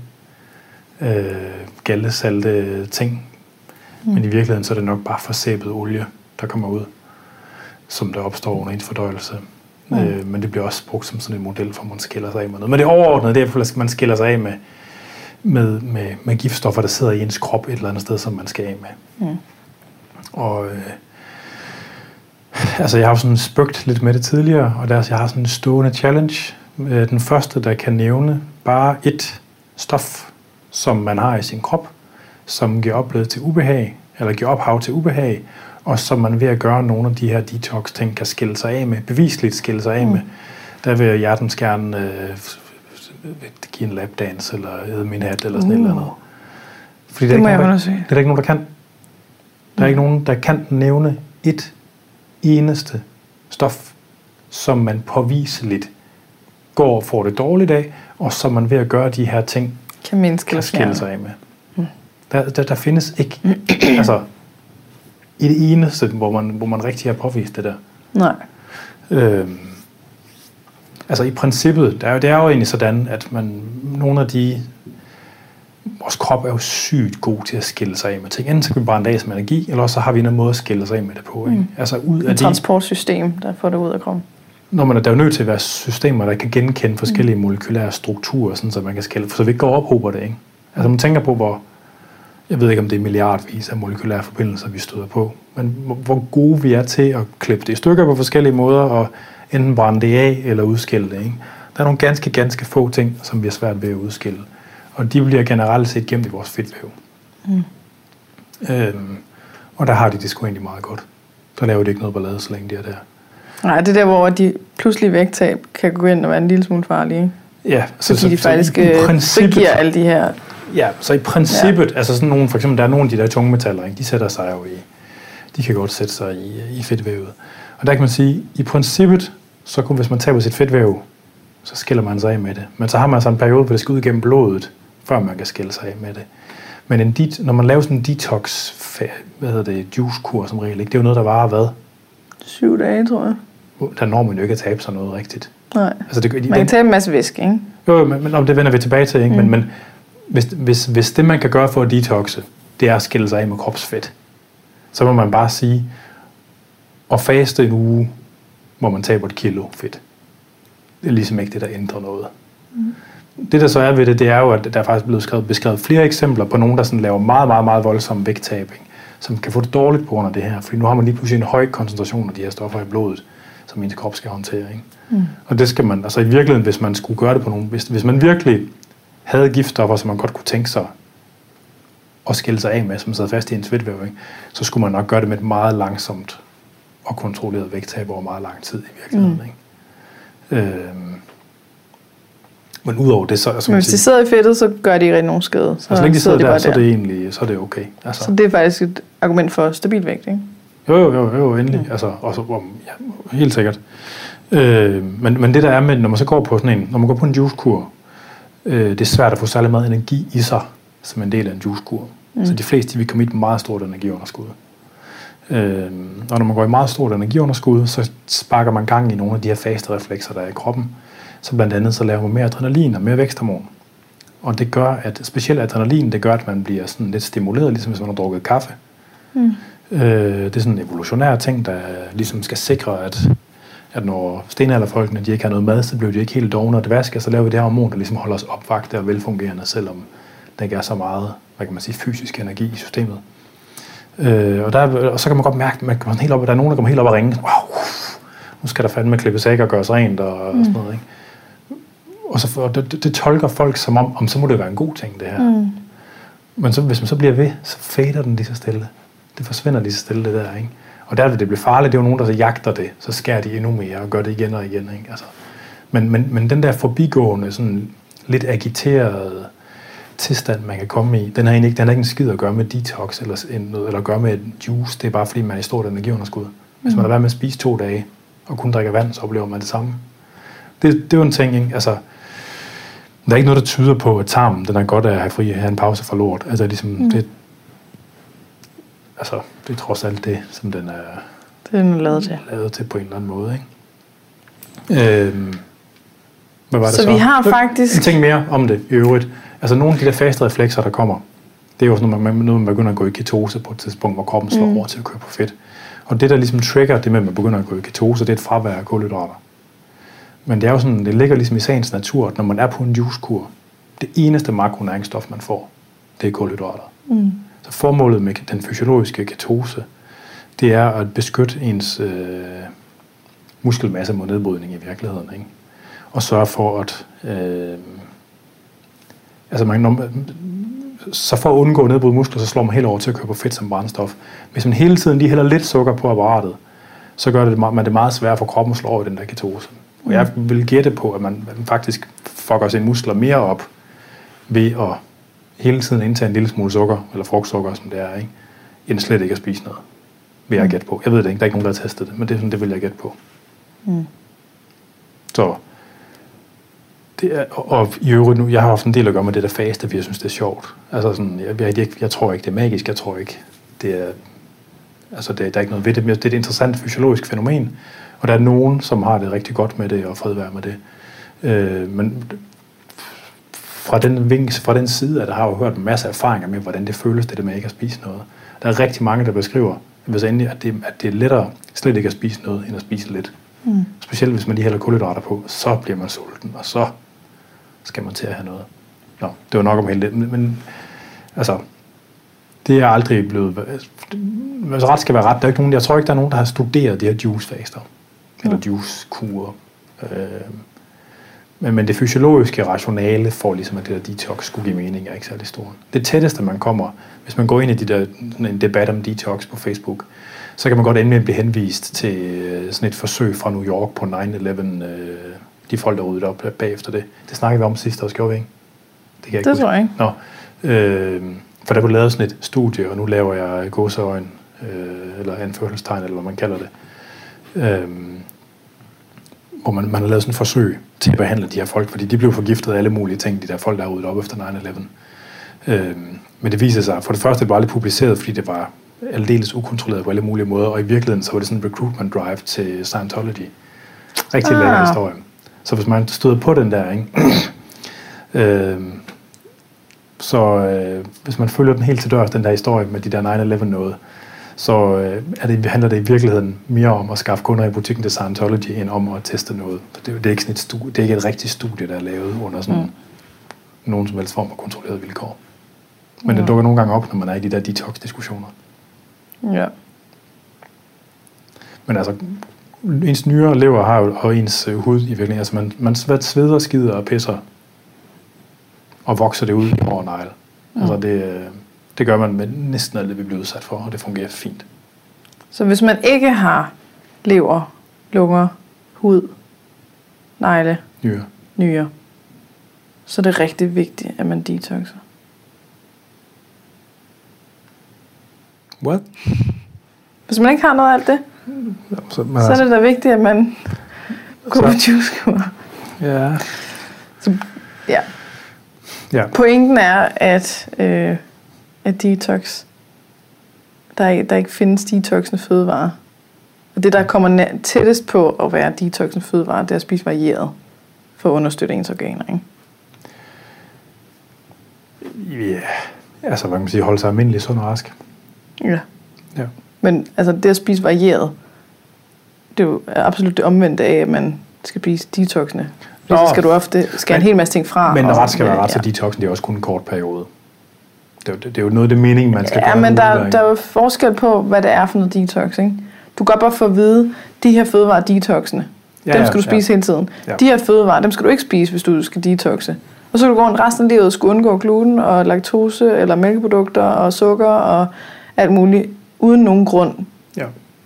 gallesalte ting, men i virkeligheden så er det nok bare forsæbet olie, der kommer ud, som der opstår under ens fordøjelse. Men det bliver også brugt som sådan en model for, at man skiller sig af med noget. Men det overordnede, det er, at man skiller sig af med giftstoffer, der sidder i ens krop et eller andet sted, som man skal af med. Og altså jeg har jo sådan spøgt lidt med det tidligere, og jeg har sådan en stående challenge. Den første, der kan nævne bare et stof, som man har i sin krop, som giver ophav til ubehag, og som man ved at gøre nogle af de her detox-ting kan skille sig af med, bevisligt skille sig af med. Der vil jeg hjertens gerne give en lapdance, eller æde min hat, eller sådan et eller andet. Fordi det er der ikke nogen, der kan. Der er ikke nogen, der kan nævne et eneste stof, som man påviseligt går og får det dårligt af, og som man ved at gøre de her ting, kan skille sig af med. Der findes ikke altså i det eneste, hvor man rigtig har påvist det der. Nej. Altså i princippet, det er jo egentlig sådan, at vores krop er jo sygt god til at skille sig af med ting. Enten så kan vi brænde af som energi, eller også så har vi en måde at skille sig af med det på. Ikke? Altså ud af transportsystem, der får det ud af kroppen. Der er jo nødt til at være systemer, der kan genkende forskellige molekylære strukturer, sådan, så man kan skille, så vi ikke går og ophober det. Ikke? Altså man tænker på, jeg ved ikke om det er milliardvis af molekylære forbindelser, vi støder på, men hvor gode vi er til at klippe det i stykker på forskellige måder, og enten brænde det af, eller udskille det. Ikke? Der er nogle ganske få ting, som vi har svært ved at udskille. Og de bliver generelt set gemt i vores fedtvæv. Og der har de det sgu egentlig meget godt. Der laver de ikke noget ballade, så længe de er der. Nej, det er der, hvor de pludselig vægttab kan gå ind og være en lille smule farlige. Ja, så de faktisk frigiver alle de her. Ja, så i princippet, altså sådan nogle, for eksempel, der er nogle af de der tungmetaller, ikke? De sætter sig jo de kan godt sætte sig i fedtvævet. Og der kan man sige, i princippet, så hvis man taber sit fedtvæv, så skiller man sig af med det. Men så har man altså en periode, hvor det skal ud gennem blodet, før man kan skille sig af med det. Men når man laver sådan en detox, juicekur som regel, ikke? Det er jo noget, der varer hvad? 7 dage, tror jeg. Der når man jo ikke at tabe sig noget rigtigt. Nej, altså man kan tabe en masse væske, ikke? Jo, men det vender vi tilbage til, ikke? Men hvis det, man kan gøre for at detoxe, det er at skille sig af med kropsfedt, så må man bare sige, at faste en uge, hvor man taber 1 kilo fedt. Det er ligesom ikke det, der ændrer noget. Det, der så er ved det, det er jo, at der er faktisk blevet beskrevet flere eksempler på nogen, der sådan laver meget, meget, meget voldsom vægttab, som kan få det dårligt på grund af det her. Fordi nu har man lige pludselig en høj koncentration af de her stoffer i blodet, som ens krop skal håndtere. Ikke? Og det skal man, altså i virkeligheden, hvis man skulle gøre det på nogen, hvis man virkelig havde giftstoffer, som man godt kunne tænke sig at skille sig af med, som sad fast i ens fedtvæv, så skulle man nok gøre det med et meget langsomt og kontrolleret vægttab over meget lang tid i virkeligheden. Ikke? Men udover det, så... Altså, men hvis de sidder i fedtet, så gør de ikke rigtig nogen skade. Så længe de sidder der, så er det egentlig så er det okay. Altså. Så det er faktisk et argument for stabil vægt, ikke? Jo, endelig. Altså, også, helt sikkert. Men det der er med, når man så går på når man går på en juicekur, det er svært at få særlig meget energi i sig, som en del af en juicekur. Så de fleste vil komme i et meget stort energiunderskud. Og når man går i meget stort energiunderskud, så sparker man gang i nogle af de her faste reflekser, der er i kroppen. Så blandt andet så laver man mere adrenalin og mere væksthormon. Og det gør, at specielt adrenalin, det gør, at man bliver sådan lidt stimuleret, ligesom hvis man har drukket kaffe. Det er sådan en evolutionær ting, der ligesom skal sikre, at når stenalderfolkene de ikke har noget mad, så bliver de ikke helt dovne og dvaske, så laver vi det her hormon, der ligesom holder os opvagte og velfungerende, selvom der ikke er så meget, hvad kan man sige, fysisk energi i systemet. Og så kan man godt mærke, at der er nogen, der kommer helt op og ringe. Wow, nu skal der fandme klippes æg og gøres rent og sådan noget. Ikke? Og det tolker folk som om så må det være en god ting, det her. Men så, hvis man så bliver ved, så fader den lige så stille. Det forsvinder lige så stille, det der, ikke? Og der vil det blive farligt. Det er jo nogen, der så jagter det. Så skærer de endnu mere og gør det igen og igen, ikke? Altså, men den der forbigående, sådan lidt agiterede tilstand, man kan komme i, den har ikke en skid at gøre med detox eller at gøre med juice. Det er bare fordi, man er i stort energiunderskud. Hvis man har været med at spise 2 dage og kun drikker vand, så oplever man det samme. Det er jo en ting, ikke? Altså, der er ikke noget, der tyder på, at tarmen, den er godt at have en pause fra lort. Altså, ligesom, det er trods alt det, som den er lavet til på en eller anden måde, ikke? Hvad var det så? Vi har faktisk... En ting mere om det i øvrigt. Altså, nogle af de der faste reflekser, der kommer, det er jo sådan, når man begynder at gå i ketose på et tidspunkt, hvor kroppen slår over til at køre på fedt. Og det, der ligesom trigger det med, at man begynder at gå i ketose, det er et fravær af kulhydrater. Men det er jo sådan, det ligger ligesom i sagens natur, at når man er på en juicekur, det eneste makronæringsstof, man får, det er kulhydrater. Så formålet med den fysiologiske ketose, det er at beskytte ens muskelmasse mod nedbrydning i virkeligheden, ikke? Og sørge for at så for at undgå nedbryde muskler, så slår man helt over til at køre på fedt som brændstof. Hvis man hele tiden lige hælder lidt sukker på apparatet, så gør man det meget svært for kroppen at slå over i den der ketose. Og jeg vil gætte på, at man faktisk fucker sine muskler mere op ved at hele tiden indtage en lille smule sukker, eller frugtsukker, som det er, ikke? End slet ikke at spise noget. Vil jeg gætte på. Jeg ved det ikke, der er ikke nogen, der har testet det, men det er sådan, det vil jeg gætte på. Så det er, og i øvrigt nu, jeg har haft en del at gøre med det der faste, fordi jeg synes, det er sjovt. Altså sådan, jeg tror ikke, det er magisk, jeg tror ikke, det er, altså der er ikke noget ved det, men det er et interessant fysiologisk fænomen, og der er nogen, som har det rigtig godt med det, og fred være med det. Men fra den side, at der har jo hørt en masse erfaringer med, hvordan det føles, det med ikke at spise noget. Der er rigtig mange, der beskriver, at det er lettere slet ikke at spise noget, end at spise lidt. Specielt hvis man lige hælder kulhydrater på, så bliver man sulten, og så skal man til at have noget. Nå, det var nok om hele det, men altså, det er aldrig blevet... Altså, ret skal være ret. Der er ikke nogen, jeg tror ikke, der er nogen, der har studeret de her juicefaster, eller juicekurer. Men det fysiologiske rationale for ligesom, at det der detox skulle give mening, er ikke særlig stort. Det tætteste, man kommer, hvis man går ind i en debat om detox på Facebook, så kan man godt ende med at blive henvist til sådan et forsøg fra New York på 9/11, de folk, der ryddede op bagefter det. Det snakkede vi om sidst også, gjorde vi ikke? Det tror jeg ikke. Nå, for der blev lavet sådan et studie, og nu laver jeg gåseøjne, eller anførselstegn, eller hvad man kalder det, hvor man har lavet sådan et forsøg til at behandle de her folk, fordi de blev forgiftet af alle mulige ting, de der folk, der er ryddet op efter 9/11. Men det viser sig, for det første, det var aldrig publiceret, fordi det var aldeles ukontrolleret på alle mulige måder, og i virkeligheden så var det sådan en recruitment drive til Scientology. Rigtig lækker historie. Så hvis man støder på den der, ikke? Hvis man følger den helt til dørs, den der historie med de der 9/11 noget, så handler det i virkeligheden mere om at skaffe kunder i butikken til Scientology, end om at teste noget. Det er ikke sådan et studie, det er ikke et rigtigt studie, der er lavet under sådan nogen som helst form af kontrolleret vilkår. Men det dukker nogle gange op, når man er i de der detox-diskussioner. Ja. Men altså, ens nyre og lever har jo, og ens hud i virkeligheden, altså man sveder, skider og pisser, og vokser det ud over negl. Altså det gør man med næsten alt det, vi bliver udsat for, og det fungerer fint. Så hvis man ikke har lever, lunger, hud, negle, nyre, så er det rigtig vigtigt, at man detoxer. What? Hvis man ikke har noget af alt det, så er det da vigtigt, at man går på juicekur. Ja. Så, ja. Pointen er, at detox, der ikke findes detoxende fødevarer. Og det, der kommer tættest på at være detoxende fødevarer, det er at spise varieret for at understøtte ens organer, ikke? Ja, altså hvad kan man sige, holde sig almindelig sund og rask. Ja. Men altså det at spise varieret, det er jo absolut det omvendte af, at man skal spise detoxende. Så skal du ofte skære en hel masse ting fra. Men ret skal være ret, så detoxen det er også kun en kort periode. Det er jo noget af det mening, man skal gøre. Ja, men der er jo forskel på, hvad det er for noget detox, ikke? Du kan bare få at vide, de her fødevarer er detoxende. Dem skal du spise hele tiden. Ja. De her fødevarer, dem skal du ikke spise, hvis du skal detoxe. Og så kan du gå resten af livet og skulle undgå gluten og laktose eller mælkeprodukter og sukker og alt muligt, uden nogen grund. Ja.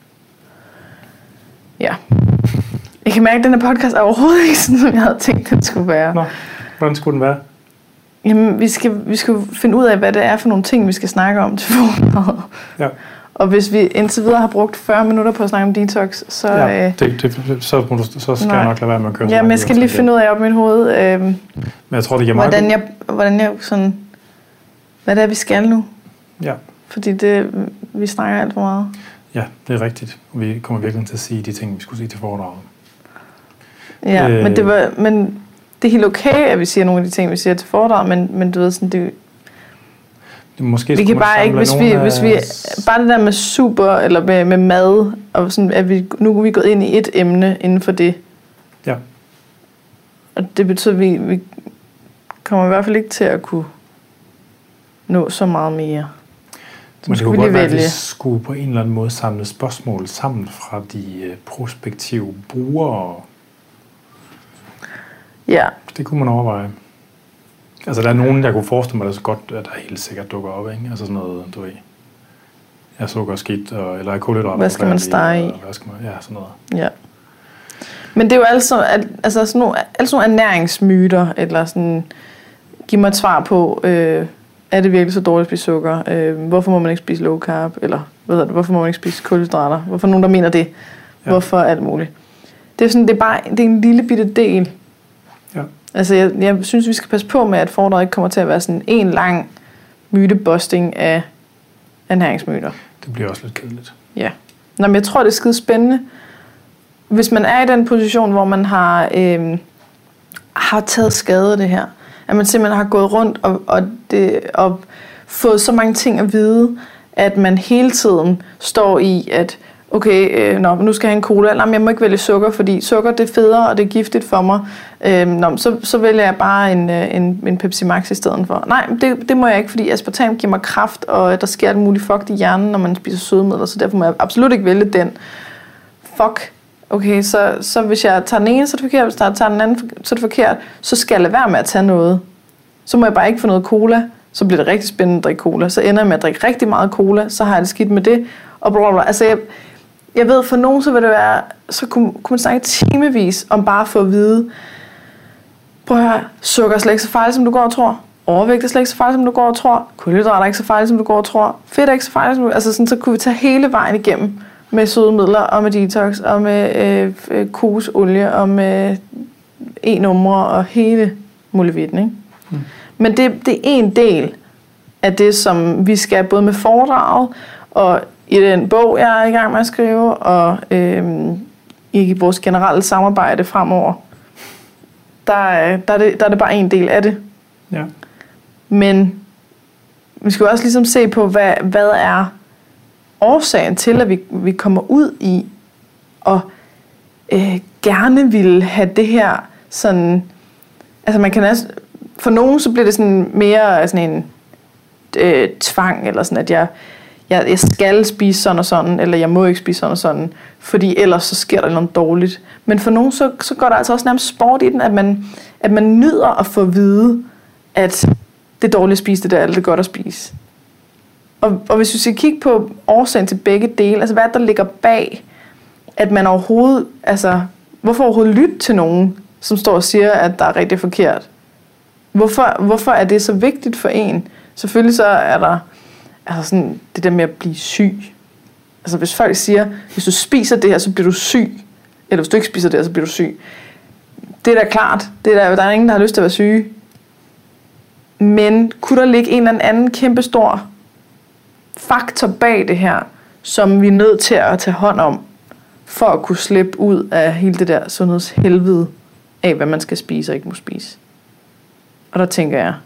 Ja. Jeg kan mærke, at denne podcast er overhovedet ikke sådan, som jeg havde tænkt, den skulle være. Nå, hvordan skulle den være? Jamen, vi skal finde ud af, hvad det er for nogle ting, vi skal snakke om til foredraget. Ja. Og hvis vi indtil videre har brugt 40 minutter på at snakke om detox, så... Ja, så skal jeg nok lade være med at køre. Ja, men jeg skal lige finde ud af op i mit hoved, men jeg tror, det giver meget hvordan jeg sådan... Hvad det er, vi skal nu. Ja. Fordi vi snakker alt for meget. Ja, det er rigtigt. Vi kommer virkelig til at sige de ting, vi skulle sige til foredraget. Ja, men det er helt okay, at vi siger nogle af de ting, vi siger til foredraget, men du ved sådan, det måske vi kan bare ikke, hvis vi bare det der med super, eller med mad, og sådan, at nu er vi gået ind i et emne inden for det. Ja. Og det betyder, at vi kommer i hvert fald ikke til at kunne nå så meget mere. Men det kunne godt være, at vi skulle på en eller anden måde samle spørgsmål sammen fra de prospektive brugere. Ja. Det kunne man overveje. Altså, der er nogen, jeg kunne forestille mig, der så godt, at der helt sikkert dukker op, ikke? Altså sådan noget, du ved, er sukker skidt, eller er kulhydrater. Hvad skal man stege i? Hvad skal man, ja, sådan noget. Ja. Men det er jo altså sådan nogle ernæringsmyter, eller sådan, giv mig et svar på, er det virkelig så dårligt at spise sukker? Hvorfor må man ikke spise low carb? Eller hvorfor må man ikke spise kulhydrater? Hvorfor nogen, der mener det? Ja. Hvorfor alt muligt? Det er sådan, det er en lille bitte del. Ja. Altså, jeg synes, vi skal passe på med, at foredraget ikke kommer til at være sådan en lang mytebusting af ernæringsmyter. Det bliver også lidt kedeligt. Ja. Nå, men jeg tror, det er skide spændende. Hvis man er i den position, hvor man har taget skade af det her, at man simpelthen har gået rundt og fået så mange ting at vide, at man hele tiden står i, at okay, nu skal jeg have en cola. Nej, men jeg må ikke vælge sukker, fordi sukker det er federe, og det er giftigt for mig. Så vælger jeg bare en Pepsi Max i stedet for. Nej, det må jeg ikke, fordi aspartam giver mig kraft, og der sker alt muligt fugt i hjernen, når man spiser sødemidler, så derfor må jeg absolut ikke vælge den. Fuck. Okay, så hvis jeg tager den ene, så er det forkert. Hvis jeg tager den anden, så er det forkert. Så skal jeg lade være med at tage noget. Så må jeg bare ikke få noget cola. Så bliver det rigtig spændende at drikke cola. Så ender jeg med at drikke rigtig meget cola. Så har jeg det skidt med det. Og blablabla. Altså, jeg ved, for nogen så vil det være, så kunne man snakke timevis om bare at få at vide, prøv at høre, sukker er slet ikke så farligt, som du går og tror. Overvægt er slet ikke så farligt, som du går og tror. Kulhydrater er ikke så farligt, som du går og tror. Fedt er ikke så farligt, som du... Altså sådan, så kunne vi tage hele vejen igennem med sødemidler, og med detox, og med kokosolie, og med e-numre, og hele muligheden, ikke? Mm. Men det er en del af det, som vi skal både med foredraget, og i den bog, jeg er i gang med at skrive, og i vores generelle samarbejde fremover, der er det bare en del af det. Ja. Men vi skal også ligesom se på, hvad er årsagen til, at vi kommer ud i og gerne vil have det her sådan... Altså man kan også... For nogen så bliver det sådan mere sådan en tvang, eller sådan, at jeg skal spise sådan og sådan, eller jeg må ikke spise sådan og sådan, fordi ellers så sker der noget dårligt. Men for nogen så går der altså også nærmest sport i den, at man nyder at få at vide, at det er dårligt at spise det der, eller det er godt at spise. Og hvis vi skal kigge på årsagen til begge dele, altså hvad der ligger bag, at man overhovedet, altså hvorfor overhovedet lytte til nogen, som står og siger, at der er rigtig forkert? Hvorfor er det så vigtigt for en? Selvfølgelig så er der altså sådan det der med at blive syg. Altså hvis folk siger, hvis du spiser det her, så bliver du syg. Eller hvis du ikke spiser det her, så bliver du syg. Det er da klart. Der er ingen, der har lyst til at være syge. Men kunne der ligge en eller anden kæmpestor faktor bag det her, som vi er nødt til at tage hånd om, for at kunne slippe ud af hele det der sundhedshelvede af, hvad man skal spise og ikke må spise? Og der tænker jeg,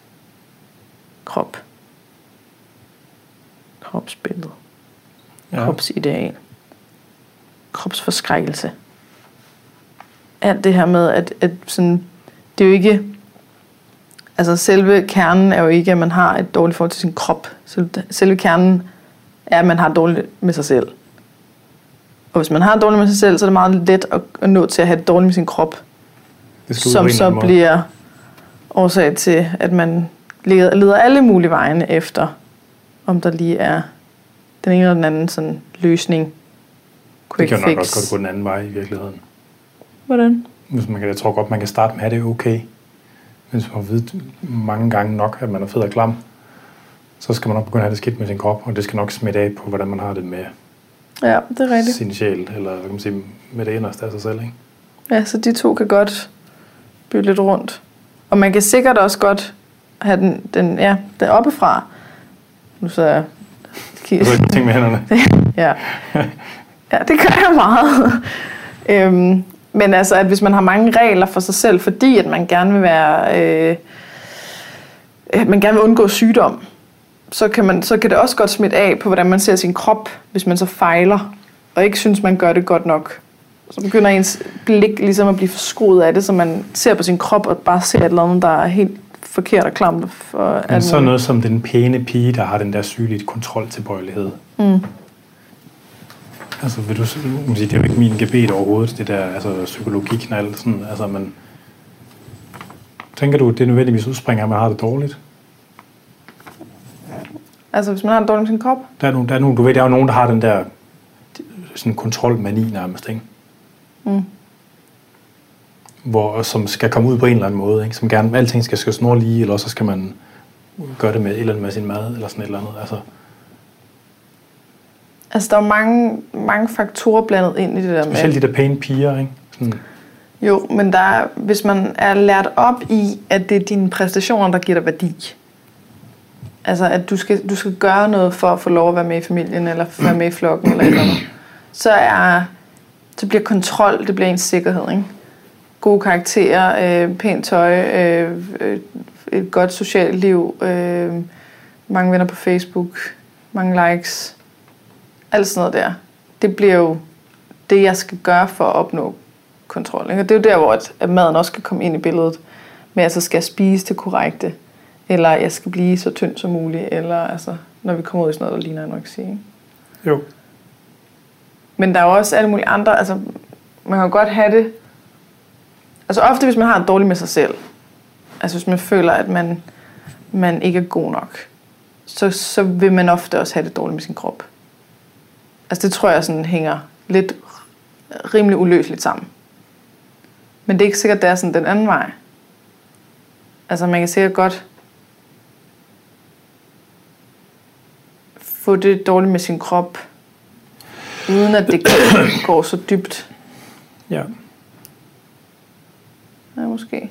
kropsbillede, kropsideal, kropsforskrækkelse. Alt det her med, at sådan, det er jo ikke, altså selve kernen er jo ikke, at man har et dårligt forhold til sin krop. Selve kernen er, at man har dårligt med sig selv. Og hvis man har det dårligt med sig selv, så er det meget let at nå til at have det dårligt med sin krop. Som så bliver årsag til, at man leder alle mulige vegne efter, om der lige er den ene eller den anden sådan løsning. Det kan jo nok også godt gå den anden vej i virkeligheden. Hvordan? Jeg tror godt, man kan starte med at have det okay. Hvis man har vidt mange gange nok, at man er fed og klam, så skal man nok begynde at have det skidt med sin krop, og det skal nok smitte af på, hvordan man har det med det er rigtigt. Sin sjæl, eller hvad kan man sige, med det inderste af sig selv, ikke? Ja, så de to kan godt bytte lidt rundt. Og man kan sikkert også godt have den oppefra. Nu så jeg... Du har ikke tænkt med hænderne. Ja, det gør jeg meget. Men altså, at hvis man har mange regler for sig selv, fordi at man gerne vil være... man gerne vil undgå sygdom, så kan det også godt smitte af på, hvordan man ser sin krop, hvis man så fejler, og ikke synes, man gør det godt nok. Så begynder ens blik ligesom at blive forskruet af det, så man ser på sin krop og bare ser et eller andet, der er helt forkert og klamt. Men så noget som den pæne pige, der har den der sygelige kontroltilbøjelighed. Altså, vil du sige, det er jo ikke min gebet overhovedet, det der psykologiknald. Sådan, altså, men tænker du, at det nødvendigvis udspringer, at man har det dårligt? Altså, hvis man har det dårligt med sin krop? Der er jo nogen, der har den der sådan kontrolmani nærmest, ikke? Som skal komme ud på en eller anden måde, ikke? Som gerne, alting skal snurre lige, eller så skal man gøre det med et eller andet med sin mad, eller sådan et eller andet, Altså, der er mange faktorer blandet ind i det der. Specielt de der pæne piger, ikke? Sådan. Jo, men hvis man er lært op i, at det er dine præstationer, der giver dig værdi. Altså, at du skal gøre noget for at få lov at være med i familien, eller være med i flokken, eller et eller andet. Så bliver kontrol, det bliver ens sikkerhed, ikke? Gode karakterer, pænt tøj, et godt socialt liv, mange venner på Facebook, mange likes, alt sådan noget der. Det bliver jo det, jeg skal gøre for at opnå kontrol, ikke? Og det er jo der, hvor at maden også skal komme ind i billedet, med at så skal jeg spise det korrekte, eller jeg skal blive så tynd som muligt, eller altså, når vi kommer ud i sådan noget, der ligner anoreksi, ikke? Jo. Men der er jo også alle mulige andre, altså man kan jo godt have det, altså ofte hvis man har det dårligt med sig selv, altså hvis man føler, at man ikke er god nok, så vil man ofte også have det dårligt med sin krop. Altså det tror jeg sådan hænger lidt rimelig uløseligt sammen. Men det er ikke sikkert, det er sådan den anden vej. Altså man kan sikkert godt få det dårligt med sin krop, uden at det går så dybt. Ja. Ja, måske.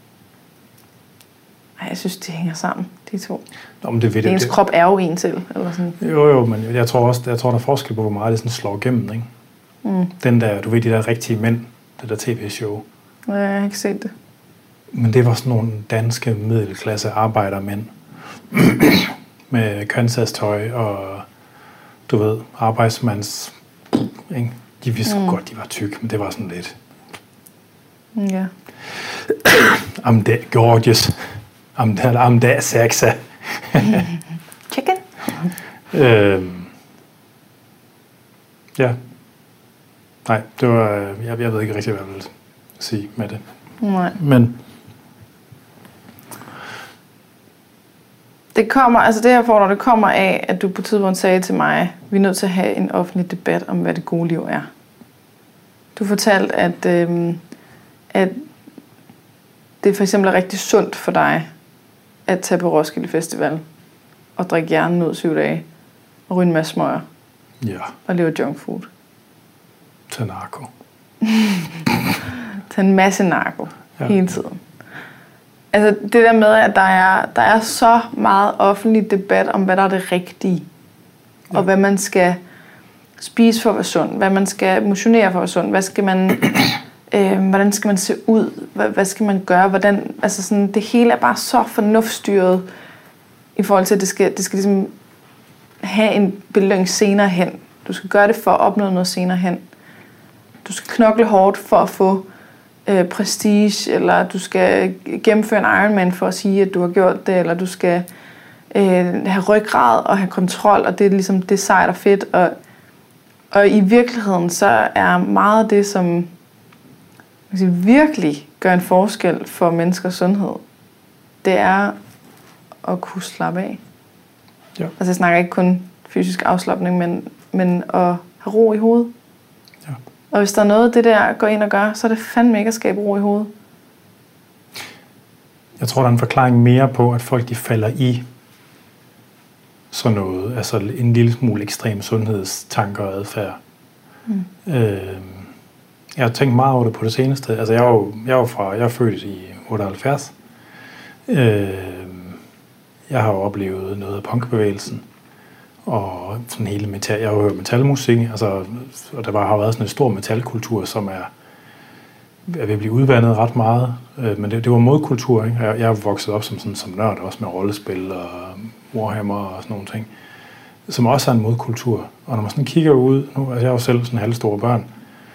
Ej, jeg synes, de hænger sammen, de to. Nå, men det ens krop er jo en selv, eller sådan. Jo, men jeg tror der er forskel på, hvor meget det sådan slår igennem, ikke? Den der, du ved, de der rigtige mænd, det der tv-show. Ja, jeg har ikke set det. Men det var sådan nogle danske middelklasse arbejdermænd med kønsastøj og, du ved, arbejdsmands, ikke? De vidste godt, de var tykke, men det var sådan lidt. Ja. I'm that gorgeous. I'm that sexy. Chicken? Ja. Nej, det var, jeg ved ikke rigtig, hvad jeg vil sige med det. Nej. Men det her fordrag, det kommer af, at du på tidspunkt sagde til mig, vi er nødt til at have en offentlig debat om, hvad det gode liv er. Du fortalte, at det for eksempel er rigtig sundt for dig at tage på Roskilde Festival og drikke hjernen ud 7 dage og ryge en masse smøger. Ja. Og leve junk food. Tag narko. Tag en masse narko hele tiden. Altså det der med, at der er så meget offentlig debat om, hvad der er det rigtige. Ja. Og hvad man skal spise for at være sund. Hvad man skal motionere for at være sund. Hvad skal man... hvordan skal man se ud? Hvad skal man gøre? Hvordan, altså sådan, det hele er bare så fornuftstyret i forhold til, at det skal ligesom have en belønning senere hen. Du skal gøre det for at opnå noget senere hen. Du skal knokle hårdt for at få prestige, eller du skal gennemføre en Ironman for at sige, at du har gjort det, eller du skal have ryggrad og have kontrol, og det er ligesom det sejt og fedt. Og i virkeligheden, så er meget af det, som virkelig gør en forskel for menneskers sundhed, det er at kunne slappe af. Ja. Altså jeg snakker ikke kun fysisk afslapning, men at have ro i hovedet. Ja. Og hvis der er noget, det der går ind og gør, så er det fandme ikke at skabe ro i hovedet. Jeg tror, der er en forklaring mere på, at folk de falder i sådan noget, altså en lille smule ekstrem sundhedstanker og adfærd. Jeg har tænkt meget over det på det seneste. Altså jeg er født i 78. Jeg har jo oplevet noget af punkbevægelsen og sådan hele metal. Jeg har jo hørt metalmusik, altså, og der har været sådan en stor metalkultur, som er ved at blive udvandet ret meget. Men det var modkultur, ikke? Jeg er vokset op som nørd, også med rollespil og Warhammer og sådan nogle ting, som også er en modkultur. Og når man sådan kigger ud, nu altså jeg er jo selv sådan halvstore børn,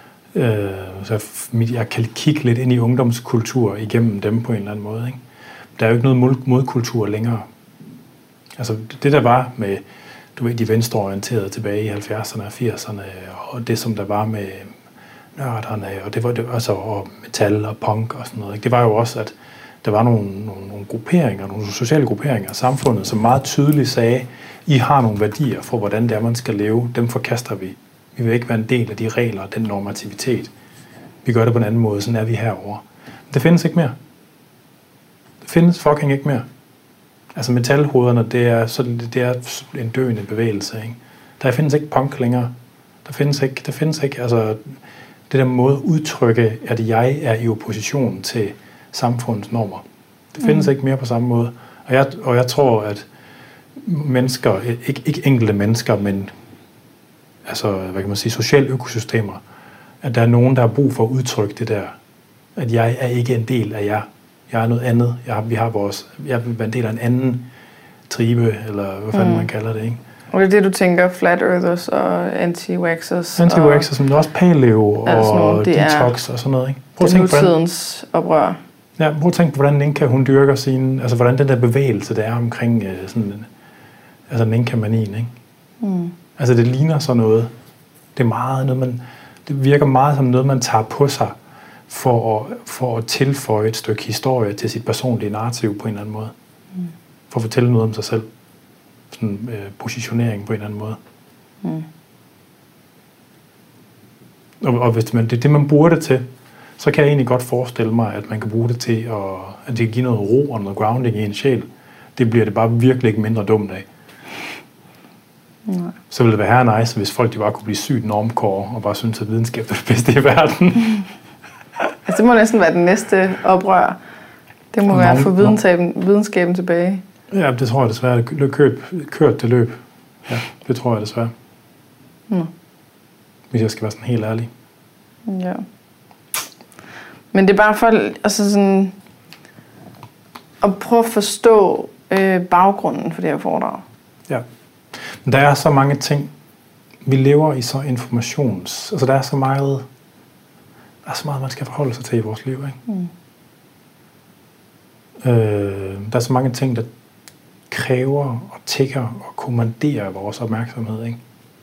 så jeg kan kigge lidt ind i ungdomskultur igennem dem på en eller anden måde, ikke? Der er jo ikke noget modkultur længere. Altså det der var med, du ved, de venstreorienterede tilbage i 70'erne og 80'erne, og det som der var med nørderne, og det var det, altså, og metal og punk og sådan noget, ikke? Det var jo også, at der var nogle grupperinger, nogle sociale grupperinger i samfundet, som meget tydeligt sagde, I har nogle værdier for, hvordan det er, man skal leve. Dem forkaster vi. Vi vil ikke være en del af de regler og den normativitet. Vi gør det på en anden måde, sådan er vi herovre. Det findes ikke mere. Det findes fucking ikke mere. Altså metalhoderne, det er en døende bevægelse, ikke? Der findes ikke punk længere. Der findes ikke, altså det der måde at udtrykke, at jeg er i opposition til samfundets normer. Det findes ikke mere på samme måde. Og jeg tror, at mennesker, ikke enkelte mennesker, men altså, hvad kan man sige, sociale økosystemer, at der er nogen, der har brug for at udtrykke det der, at jeg er ikke en del af jer. Jeg er noget andet. Jeg vil være en del af en anden tribe, eller hvad fanden man kalder det, ikke? Og det er det, du tænker, flat earthers og anti-vaxxers. Anti-vaxxers, men også paleo og detox og sådan noget, ikke? Prøv at tænke på nutidens oprør. Ja, prøv at tænke på, hvordan Ninka, hun dyrker sine, altså hvordan den der bevægelse, der er omkring sådan, altså Ninka-manien, ikke? Altså det ligner sådan noget. Det er meget noget, det virker meget som noget, man tager på sig for at tilføje et stykke historie til sit personlige narrativ på en eller anden måde. For at fortælle noget om sig selv. Sådan positionering på en eller anden måde. Og hvis det er det, man bruger det til, så kan jeg egentlig godt forestille mig, at man kan bruge det til, at det kan give noget ro og noget grounding i en sjæl. Det bliver det bare virkelig ikke mindre dumt af. Nej. Så ville det være her nice, hvis folk de bare kunne blive sygt normcore og bare synes, at videnskab er det bedste i verden. Altså det må næsten være den næste oprør. Det må være at få videnskaben tilbage. Ja, det tror jeg desværre. Kørt det løb. Ja, det tror jeg desværre. Hvis jeg skal være sådan helt ærlig. Ja. Men det er bare for altså sådan, at prøve at forstå baggrunden for det her foredrag. Ja. Men der er så mange ting. Vi lever i så altså der er så meget, man skal forholde sig til i vores liv, ikke? Der er så mange ting, der kræver og tikker og kommanderer vores opmærksomhed, ikke?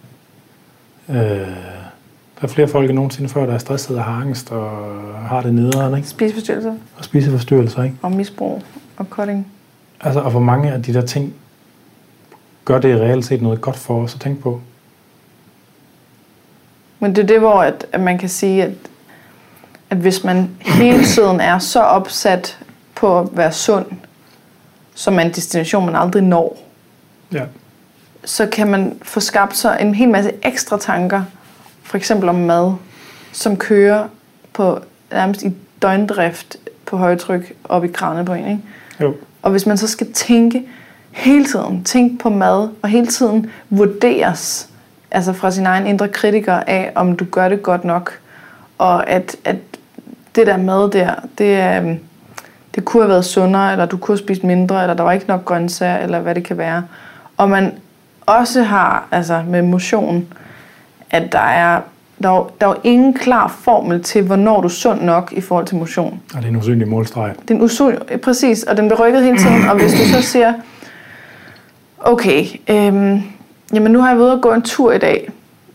Der er flere folk end nogensinde før, der er stresset og har angst og har det nederen, ikke? Spiseforstyrrelser, ikke? Og misbrug og cutting. Altså, og for mange af de der ting gør det i reelt set noget godt for os at tænke på. Men det er det, hvor at man kan sige, at hvis man hele tiden er så opsat på at være sund, som er en destination, man aldrig når, så kan man få skabt sig en hel masse ekstra tanker, for eksempel om mad, som kører på nærmest i døgndrift på højtryk op i kraniet på en, ikke? Jo. Og hvis man så skal tænke på mad, og hele tiden vurderes, altså fra sin egen indre kritiker af, om du gør det godt nok, og at det der mad der, det kunne have været sundere, eller du kunne have spist mindre, eller der var ikke nok grøntsager, eller hvad det kan være. Og man også har, altså med motion, at der er jo ingen klar formel til, hvornår du er sund nok i forhold til motion. Og det er en usynlig målstreg. Det er en usynlig, præcis, og den bliver rykket hele tiden. Og hvis du så siger, okay, jamen nu har jeg været ude at gå en tur i dag,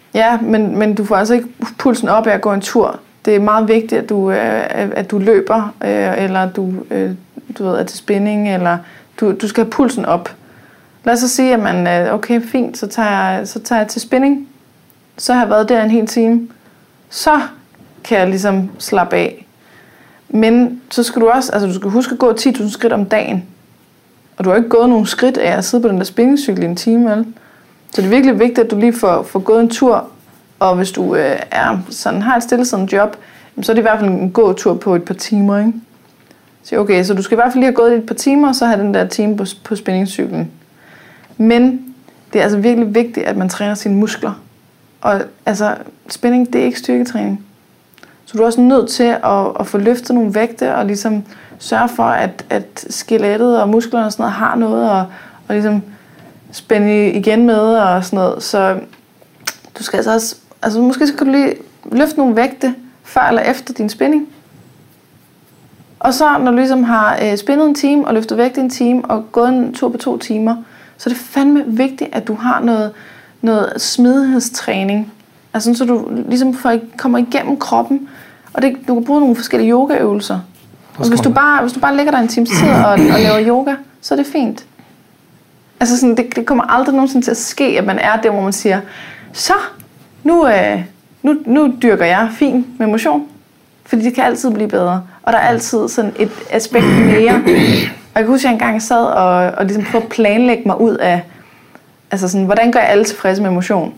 Ja, men du får altså ikke pulsen op af at gå en tur. Det er meget vigtigt, at du løber, eller du ved, er til spinning, eller du skal have pulsen op. Lad os så sige, at man, okay, fint, så tager jeg til spinning. Så har jeg været der en hel time. Så kan jeg ligesom slappe af. Men så skal du også, altså du skal huske at gå 10.000 skridt om dagen. Og du har ikke gået nogen skridt af at sidde på den der spinningcykel i en time, vel? Så det er virkelig vigtigt, at du lige får gået en tur. Og hvis du har et stillesiddende job, så er det i hvert fald en gåtur på et par timer, ikke? Så okay, så du skal i hvert fald lige have gået et par timer, og så have den der time på spinningcyklen. Men det er altså virkelig vigtigt, at man træner sine muskler. Og altså, spinning, det er ikke styrketræning. Så du er også nødt til at få løftet nogle vægte, og ligesom sørge for, at skelettet og musklerne og sådan noget har noget, og ligesom spænde igen med og sådan noget. Så du skal altså måske så kan du lige løfte nogle vægte før eller efter din spinning. Og så når du ligesom har spindet en time og løftet vægte en time og gået en tur på 2 timer, så er det fandme vigtigt, at du har noget smidighedstræning. Altså så du ligesom kommer igennem kroppen. Og du kan bruge nogle forskellige yogaøvelser. Og hvis du bare ligger der en times tid og laver yoga, så er det fint. Altså sådan, det kommer aldrig nogensinde til at ske, at man er der, hvor man siger, så, nu dyrker jeg fin med motion. Fordi det kan altid blive bedre. Og der er altid sådan et aspekt mere. Og jeg kan huske, at jeg engang sad og ligesom prøvede at planlægge mig ud af, altså sådan, hvordan gør jeg alle tilfredse med motion?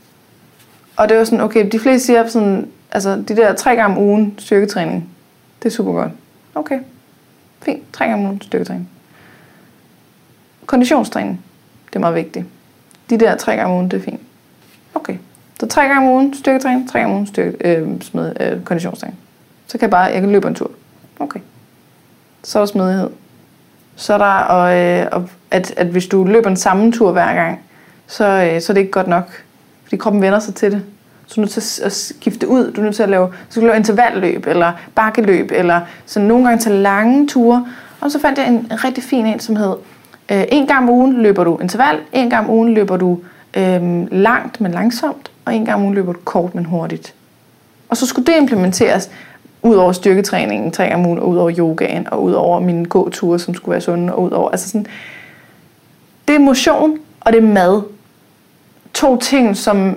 Og det var sådan, okay, de fleste siger sådan, altså de der 3 gange om ugen styrketræning, det er super godt. Okay, fint, 3 gange om ugen styrketræning. Konditionstræning, det er meget vigtigt. De der 3 gange om ugen, det er fint. Okay, så 3 gange om ugen styrketræning, 3 gange om ugen konditionstræning. Så kan jeg kan løbe en tur. Okay. Så er der smidighed. Så er der, at hvis du løber den samme tur hver gang, så er det ikke godt nok. Fordi kroppen vender sig til det. Så du er nødt til at skifte ud. Du er nødt til at lave intervalløb, eller bakkeløb, eller så nogle gange tage lange ture. Og så fandt jeg en rigtig fin en, som hed, 1 gang om ugen løber du interval, 1 gang om ugen løber du langt, men langsomt, og 1 gang om ugen løber du kort, men hurtigt. Og så skulle det implementeres ud over styrketræningen 3 gange om ugen, og ud over yogaen, og ud over mine gåture, som skulle være sunde, og ud over, altså sådan, det er motion, og det er mad. 2 ting, som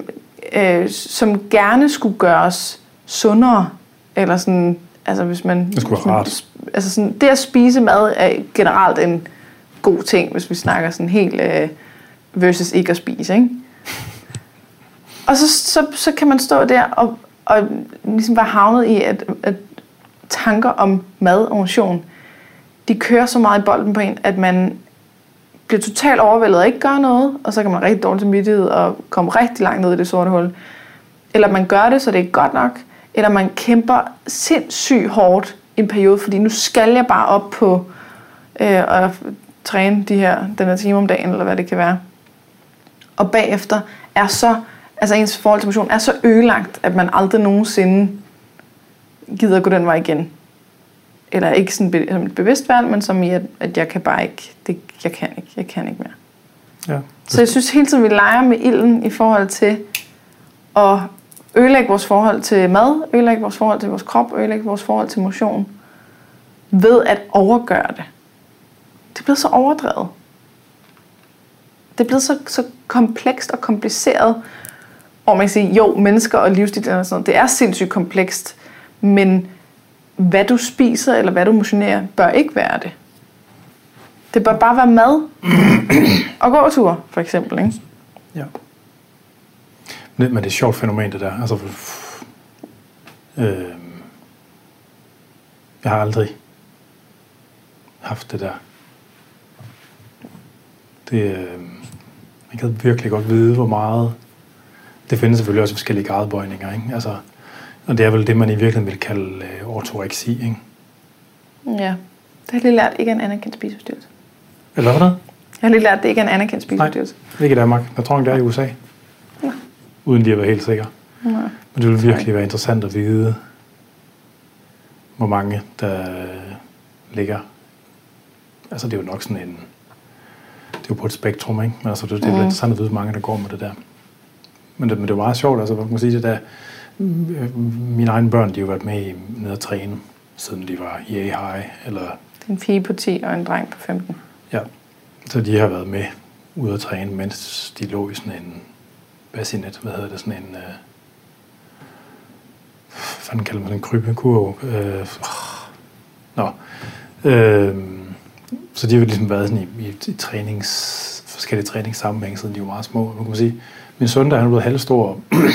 gerne skulle gøres sundere, eller sådan, altså hvis man... Det skulle være rart. Altså sådan, det at spise mad er generelt en god ting, hvis vi snakker sådan helt versus ikke at spise, ikke? Og så kan man stå der og ligesom være havnet i, at tanker om mad og motion, de kører så meget i bolden på en, at man bliver totalt overvældet og ikke gør noget, og så kan man rigtig dårligt samvittighed og komme rigtig langt ned i det sorte hul. Eller man gør det, så det er ikke godt nok, eller man kæmper sindssygt hårdt i en periode, fordi nu skal jeg bare op på at træne den her time om dagen, eller hvad det kan være. Og bagefter er så, altså ens forhold til motion er så ødelagt, at man aldrig nogensinde gider gå den vej igen. Eller ikke sådan som et bevidst valg, men som i, at jeg kan bare ikke, jeg kan ikke mere. Ja. Så jeg synes hele tiden, vi leger med ilden i forhold til at ødelægge vores forhold til mad, ødelægge vores forhold til vores krop, ødelægge vores forhold til motion, ved at overgøre det. Det er blevet så overdrevet. Det er blevet så komplekst og kompliceret, og man kan sige, jo, mennesker og livsstil og sådan noget, det er sindssygt komplekst, men hvad du spiser eller hvad du motionerer, bør ikke være det. Det bør bare være mad og gåtur, for eksempel, ikke? Ja. Men det er et sjovt fænomen, det der. Altså, jeg har aldrig haft det der. Man kan virkelig godt vide, hvor meget. Det findes selvfølgelig også forskellige gradbøjninger, ikke? Altså, og det er vel det, man i virkeligheden vil kalde ortoreksi, ikke? Ja, det har jeg lige lært ikke er en anerkendt spiseforstyrrelse. Eller hvad? Jeg har lige lært, det ikke er en anerkendt spiseforstyrrelse. Nej, ikke i Danmark. Jeg tror, det er i USA. Ja. Uden de at være helt sikre. Ja. Men det vil virkelig være interessant at vide, hvor mange der ligger. Altså, det er jo nok sådan en... Det er jo på et spektrum, ikke? Men altså, det er interessant at vide, hvor mange der går med det der. Men det er meget sjovt, altså, man kan sige det der, mine egne børn, de har jo været med ned at træne, siden de var i A-high, eller... En pige på 10 og en dreng på 15. Ja, så de har været med ude at træne, mens de lå i sådan en bassinet, sådan en... Hvad kalder man den? Krybekurve. Så de har ligesom været sådan i forskellige træningssammenhæng, siden de var meget små. Nu kan man sige, min søn, der er blevet halvstor,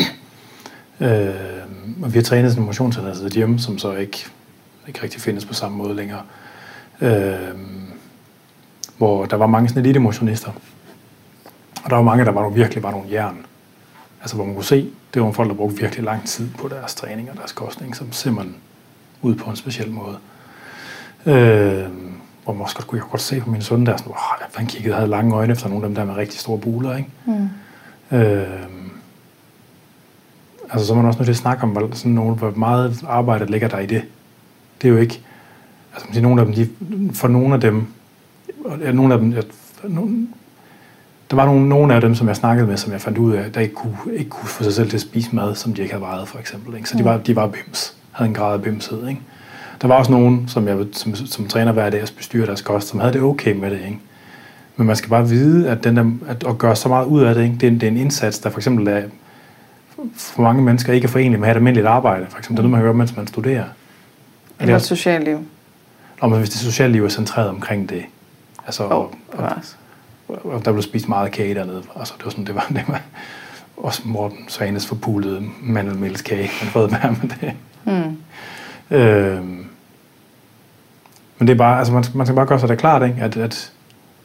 og vi har trænet sådan en motionscenter hjemme, som så ikke rigtig findes på samme måde længere. Hvor der var mange sådan elite-motionister. Og der var mange, der virkelig var nogle jern. Altså hvor man kunne se, det var nogle folk, der brugte virkelig lang tid på deres træning og deres kostning, som simpelthen ud på en speciel måde. Hvor man også kunne jeg godt se på min søn der, sådan, han kiggede og havde lange øjne efter nogle af dem der med rigtig store buler, ikke? Altså så er man også nødt til at snakke om, sådan nogle, hvor meget arbejde ligger der i det. Det er jo ikke, altså nogle af dem, for nogle af dem, der var nogle af dem, som jeg snakkede med, som jeg fandt ud af, der ikke kunne få sig selv til at spise mad, som de ikke havde vejet, for eksempel. Ikke? Så de var bims, havde en grad af bimshed. Ikke? Der var også nogen, som jeg som træner hver dag og bestyrer deres kost, som havde det okay med det. Ikke? Men man skal bare vide, at gøre så meget ud af det, ikke? Det er en indsats, der for eksempel er for mange mennesker ikke er forenelig med at have et almindeligt arbejde. For eksempel det er noget, man hører, mens man studerer. Eller et socialt liv. Og hvis det sociale liv er centreret omkring det. Altså, og der blev spist meget kage dernede. Altså, det var også Morten Svanes forpulede mandelmælskage. Man fået med det. Men det er bare, altså man skal bare gøre sig det klart, ikke? At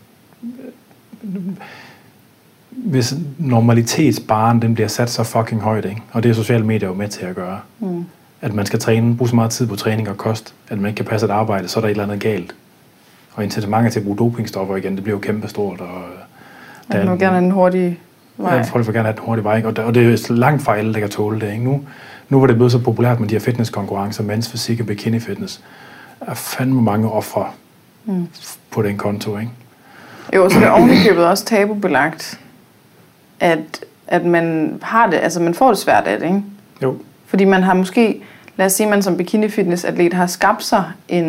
hvis normalitetsbaren, den bliver sat så fucking højt, ikke? Og det er sociale medier jo med til at gøre. At man skal bruge så meget tid på træning og kost, at man ikke kan passe et arbejde, så er der et eller andet galt. Og incitamentet til at bruge dopingstoffer igen, det bliver jo kæmpestort. Og man må gerne have en hurtig vej. Ja, folk vil gerne have en hurtig vej, ikke? Og det er jo langt fra alle, der kan tåle det. Ikke? Nu var det blevet så populært med de her fitnesskonkurrencer, mens fysik og bikini fitness, er fandme mange ofre på den konto, ikke? Jo, så det er ovenikøbet også tabubelagt, at man har det, altså man får det svært af det, ikke? Jo. Fordi man har måske, lad os sige, man som bikini-fitness-atlet har skabt sig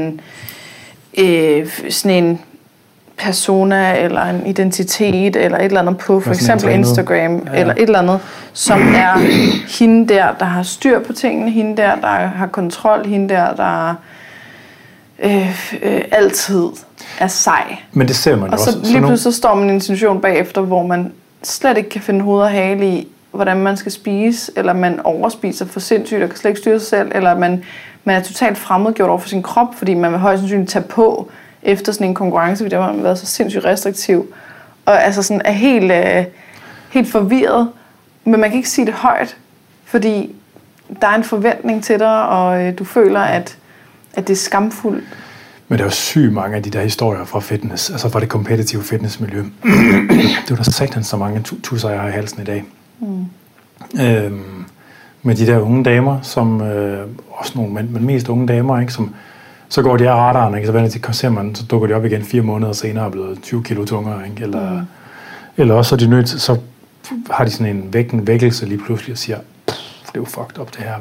sådan en persona, eller en identitet, eller et eller andet på for eksempel Instagram, eller et eller andet, som er hende der har styr på tingene, hende der har kontrol, hende der altid er sej. Men det ser man jo også. Og så lige pludselig står man i en situation bagefter, hvor man slet ikke kan finde hoved og hale i, hvordan man skal spise, eller man overspiser for sindssygt og kan slet ikke styre sig selv, eller man er totalt fremmedgjort over for sin krop, fordi man vil højst sandsynligt tage på efter sådan en konkurrence, fordi der har man været så sindssygt restriktiv, og altså sådan er helt forvirret, men man kan ikke sige det højt, fordi der er en forventning til dig, og du føler, at det er skamfuldt. Men der er jo sygt mange af de der historier fra fitness, altså fra det competitive fitnessmiljø. Det er der satans så mange tusser, jeg har i halsen i dag. Med de der unge damer, som også nogle mænd, men mest unge damer, ikke, som så går de af radaren, ikke, så vender de, ser man, så dukker de op igen 4 måneder senere og er blevet 20 kilo tungere, ikke, eller også så er de nødt til, så har de sådan en vækkelse lige pludselig og siger, det er jo fucked up det her,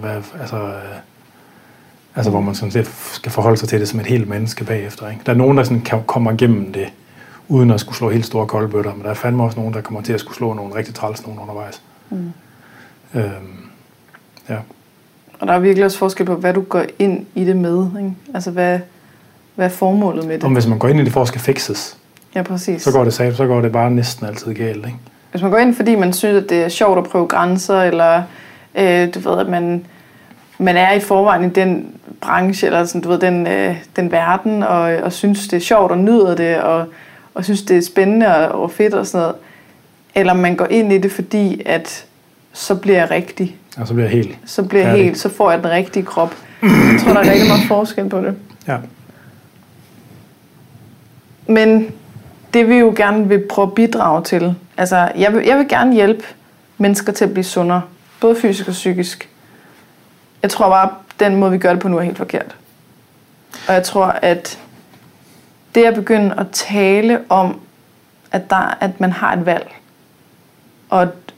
altså hvor man sådan set skal forholde sig til det som et helt menneske bagefter, ikke. Der er nogen, der sådan kommer igennem det, uden at skulle slå helt store koldbøtter, men der er fandme også nogen, der kommer til at skulle slå nogle rigtig træls nogen undervejs. Ja. Og der er virkelig også forskel på, hvad du går ind i det med, ikke? Altså, hvad er formålet med det? Om hvis man går ind i det for at skal fixes, ja, præcis. Så går det bare næsten altid galt, ikke? Hvis man går ind, fordi man synes, at det er sjovt at prøve grænser, eller du ved, at man er i forvejen i den branche, eller sådan, du ved, den verden, og synes, det er sjovt og nyder det, og synes, det er spændende og fedt og sådan noget. Eller man går ind i det, fordi at så bliver jeg rigtig. Ja, så bliver jeg helt. Så får jeg den rigtige krop. Jeg tror, der er rigtig meget forskel på det. Ja. Men det vi jo gerne vil prøve at bidrage til, altså jeg vil gerne hjælpe mennesker til at blive sundere, både fysisk og psykisk. Jeg tror bare, at den måde vi gør det på nu er helt forkert. Og jeg tror, at det at begynde at tale om, at man har et valg, og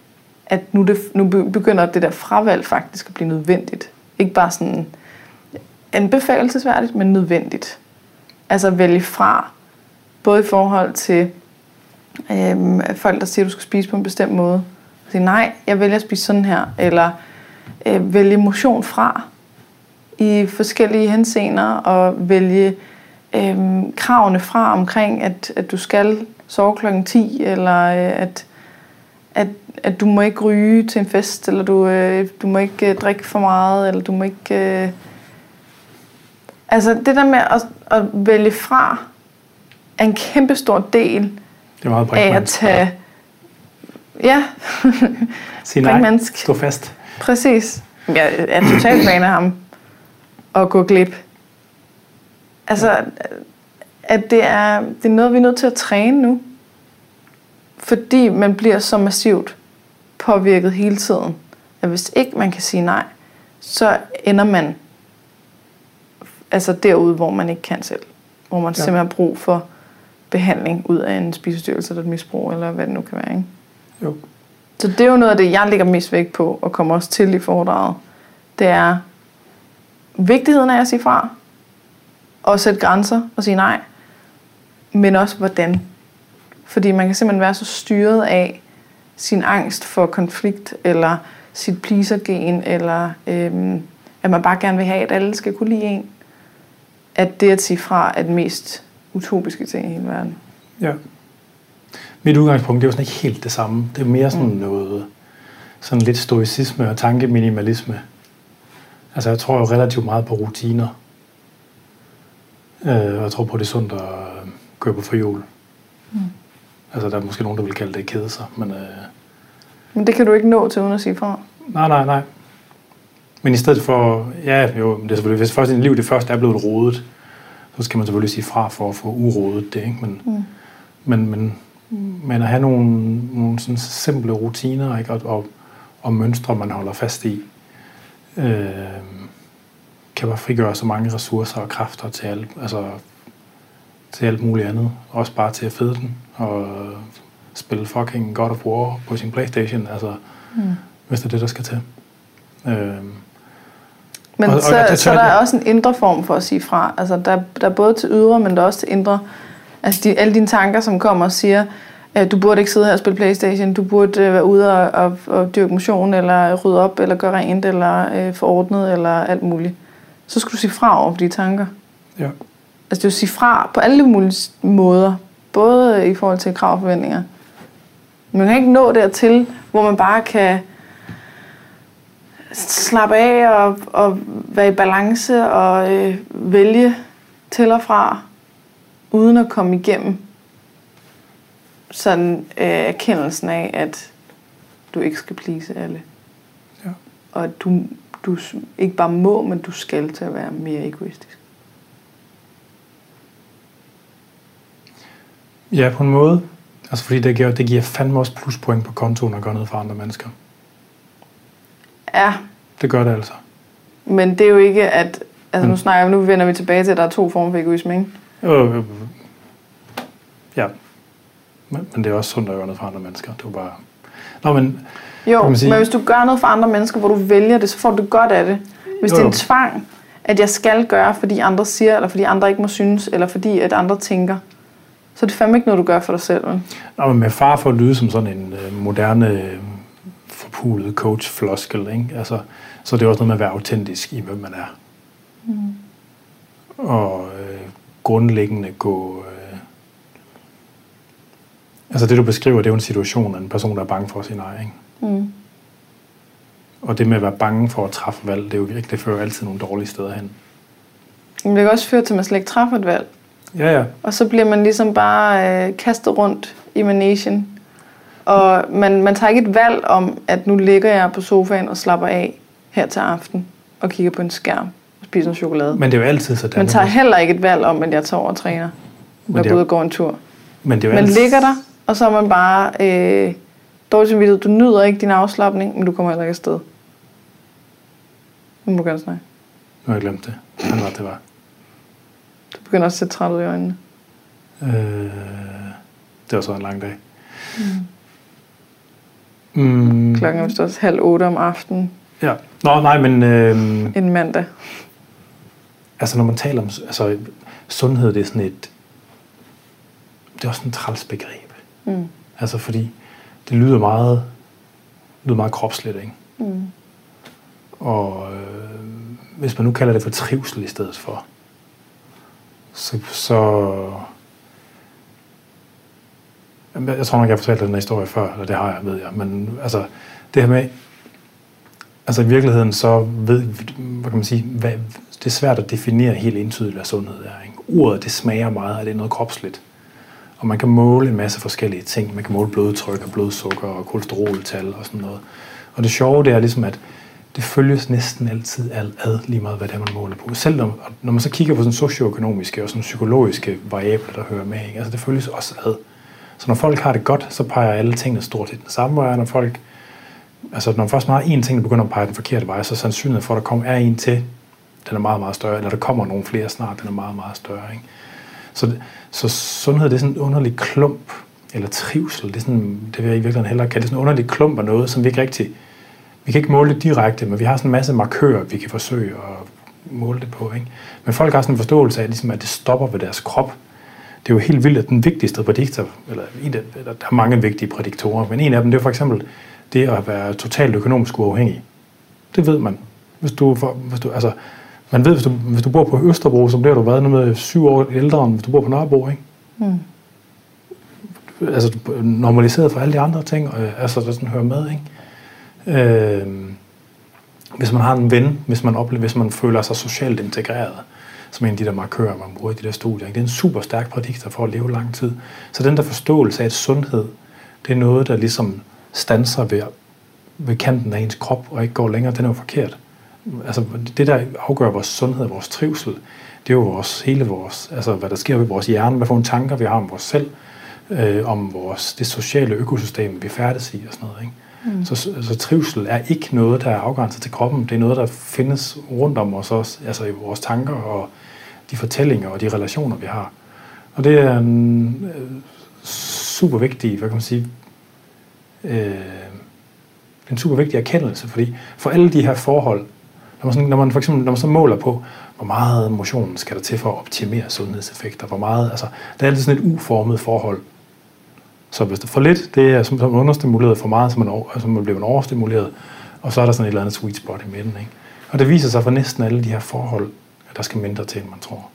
at nu begynder det der fravalg faktisk at blive nødvendigt. Ikke bare sådan anbefalelsesværdigt, men nødvendigt. Altså at vælge fra, både i forhold til folk, der siger, at du skal spise på en bestemt måde. Og sige, nej, jeg vælger at spise sådan her. Eller vælge motion fra i forskellige henseender, og vælge kravene fra omkring, at du skal sove klokken 10, eller at du må ikke ryge til en fest, eller du må ikke drikke for meget, eller du må ikke... Altså det der med at vælge fra er en kæmpe stor del det er meget af at tage... Ja. Sige nej, stå fast. Præcis. Jeg er totalt fan af ham at gå glip. Altså, at det er noget, vi er nødt til at træne nu. Fordi man bliver så massivt påvirket hele tiden. At hvis ikke man kan sige nej, så ender man altså derude, hvor man ikke kan selv. Hvor man simpelthen har brug for behandling ud af en spiseforstyrrelse eller et misbrug, eller hvad det nu kan være, ikke? Jo. Så det er jo noget af det, jeg lægger mest vægt på, og kommer også til i foredraget. Det er vigtigheden af at sige fra, og sætte grænser og sige nej, men også hvordan. Fordi man kan simpelthen være så styret af sin angst for konflikt, eller sit pleaser-gen, eller at man bare gerne vil have, at alle skal kunne lide en. At det at sige fra er den mest utopiske ting i hele verden. Ja. Mit udgangspunkt, det er jo sådan ikke helt det samme. Det er mere sådan noget, sådan lidt stoicisme og tankeminimalisme. Altså jeg tror jo relativt meget på rutiner. Og jeg tror på, det er sundt at køre på forhjul. Altså der er måske nogen, der vil kalde det kede sig. Men det kan du ikke nå til uden at sige fra. Nej. Men i stedet for, ja jo, det er selvfølgelig, hvis først i dit liv det første er blevet rodet, så skal man selvfølgelig sige fra for at få urodet det, ikke? Men at have nogle sådan simple rutiner, ikke? Og mønstre, man holder fast i, kan bare frigøre så mange ressourcer og kræfter til alt muligt andet. Også bare til at fede den og spille fucking God of War på sin PlayStation, hvis det er det, der skal til. Men så der er også en indre form for at sige fra. Altså der er både til ydre, men der er også til indre. Altså alle dine tanker, som kommer og siger, at du burde ikke sidde her og spille PlayStation, du burde være ude og dyrke motion, eller rydde op, eller gøre rent, eller forordnet, eller alt muligt. Så skal du sige fra over de tanker. Ja. Altså det vil sige fra på alle mulige måder, både i forhold til krav og forventninger. Man kan ikke nå dertil, hvor man bare kan slappe af og være i balance og vælge til og fra, uden at komme igennem sådan erkendelsen af, at du ikke skal please alle. Ja. Og at du ikke bare må, men du skal til at være mere egoistisk. Ja, på en måde. Altså fordi det giver fandme også pluspoint på kontoen at gøre noget for andre mennesker. Ja. Det gør det altså. Men det er jo ikke at... Altså nu vender vi tilbage til, at der er 2 former for egoisme, ikke? Ja. Men det er også sundt at gøre noget for andre mennesker. Det er bare... Nå, men... Jo, men hvis du gør noget for andre mennesker, hvor du vælger det, så får du godt af det. Hvis det er en tvang, at jeg skal gøre, fordi andre siger, eller fordi andre ikke må synes, eller fordi at andre tænker, så er det fandme ikke noget, du gør for dig selv. Vel? Nå, men med far for at lyde som sådan en moderne, forpulet coach-floskel, ikke? Altså, så er det også noget med at være autentisk i, hvem man er. Og grundlæggende gå... Altså det, du beskriver, det er jo en situation af en person, der er bange for sin egen. Og det med at være bange for at træffe valg, det er jo ikke, det fører altid nogle dårlige steder hen. Men det kan også føre til, at man slet ikke træffer et valg. Ja. Og så bliver man ligesom bare kastet rundt i managen. Og man tager ikke et valg om, at nu ligger jeg på sofaen og slapper af her til aften og kigger på en skærm og spiser en chokolade. Men det er jo altid sådan. Man tager heller ikke et valg om, at jeg tager over og træner og går ud og går en tur. Men det er jo man ligger der, og så er man bare dårligt samvittighed. Du nyder ikke din afslapning, men du kommer heller ikke afsted. Nu må du gerne snakke. Nu har jeg glemt det. Hvordan var det var? Du begynder også at se træt ud i øjnene. Det var så en lang dag. Klokken er vist også 7:30 om aftenen. Ja. Nå, nej, men... En mandag. Altså, når man taler om... Altså, sundhed, det er sådan et... Det er også sådan et træls begreb. Altså, fordi det lyder meget kropsligt, ikke? Og hvis man nu kalder det for trivsel i stedet for, så jeg tror nok, jeg har fortalt den her historie før, eller det har jeg, ved jeg, men altså, det her med, altså i virkeligheden så hvad kan man sige, det er svært at definere helt entydigt, hvad sundhed er, ikke? Ordet, det smager meget, at det er noget kropsligt. Og man kan måle en masse forskellige ting. Man kan måle blodtryk og blodsukker og kolesteroltal og sådan noget. Og det sjove, det er ligesom, at det følges næsten altid ad lige meget, hvad det er, man måler på. Selv når man så kigger på sådan socioøkonomiske og sådan psykologiske variabler, der hører med, ikke? Altså det følges også ad. Så når folk har det godt, så peger alle tingene stort set den samme vej. Når man først har en ting, der begynder at pege den forkerte vej, så sandsynligheden for, at der kommer en til, den er meget, meget større. Eller der kommer nogle flere snart, den er meget, meget større, ikke? Så sundhed, det er sådan en underlig klump, eller trivsel, det er sådan, det vil jeg i virkeligheden hellere kalde, det er sådan en underlig klump af noget, som vi kan ikke måle det direkte, men vi har sådan en masse markører, vi kan forsøge at måle det på, ikke? Men folk har sådan en forståelse af, ligesom, at det stopper ved deres krop. Det er jo helt vildt, at den vigtigste prædiktor, eller der er mange vigtige prædiktorer, men en af dem, det er for eksempel det at være totalt økonomisk uafhængig. Det ved man. Man ved, hvis du bor på Østerbro, så bliver du været med 7 år ældre, end hvis du bor på Nørrebro, ikke? Altså normaliseret for alle de andre ting, og altså der sådan hører med, ikke? Hvis man har en ven, hvis man føler sig socialt integreret, som en af de der markører, man bruger i de der studier, ikke? Det er en super stærk prædiktor for at leve lang tid. Så den der forståelse af, at sundhed, det er noget, der ligesom standser ved kanten af ens krop, og ikke går længere, den er jo forkert. Altså det, der afgør vores sundhed og vores trivsel, det er jo hvad der sker ved vores hjerne, hvad for nogle tanker vi har om os selv, om det sociale økosystem, vi færdes i og sådan noget, ikke? Så trivsel er ikke noget, der er afgrænset til kroppen. Det er noget, der findes rundt om os også, altså i vores tanker og de fortællinger og de relationer, vi har. Og det er en super vigtig, hvad kan man sige, en super vigtig erkendelse, fordi for alle de her forhold, når man så måler på, hvor meget motion skal der til for at optimere sundhedseffekter, hvor meget, altså, der er altid sådan et uformet forhold. Så hvis det er for lidt, det er som understimuleret, for meget, så man bliver overstimuleret, og så er der sådan et eller andet sweet spot i midten, ikke? Og det viser sig for næsten alle de her forhold, at der skal mindre til, end man tror.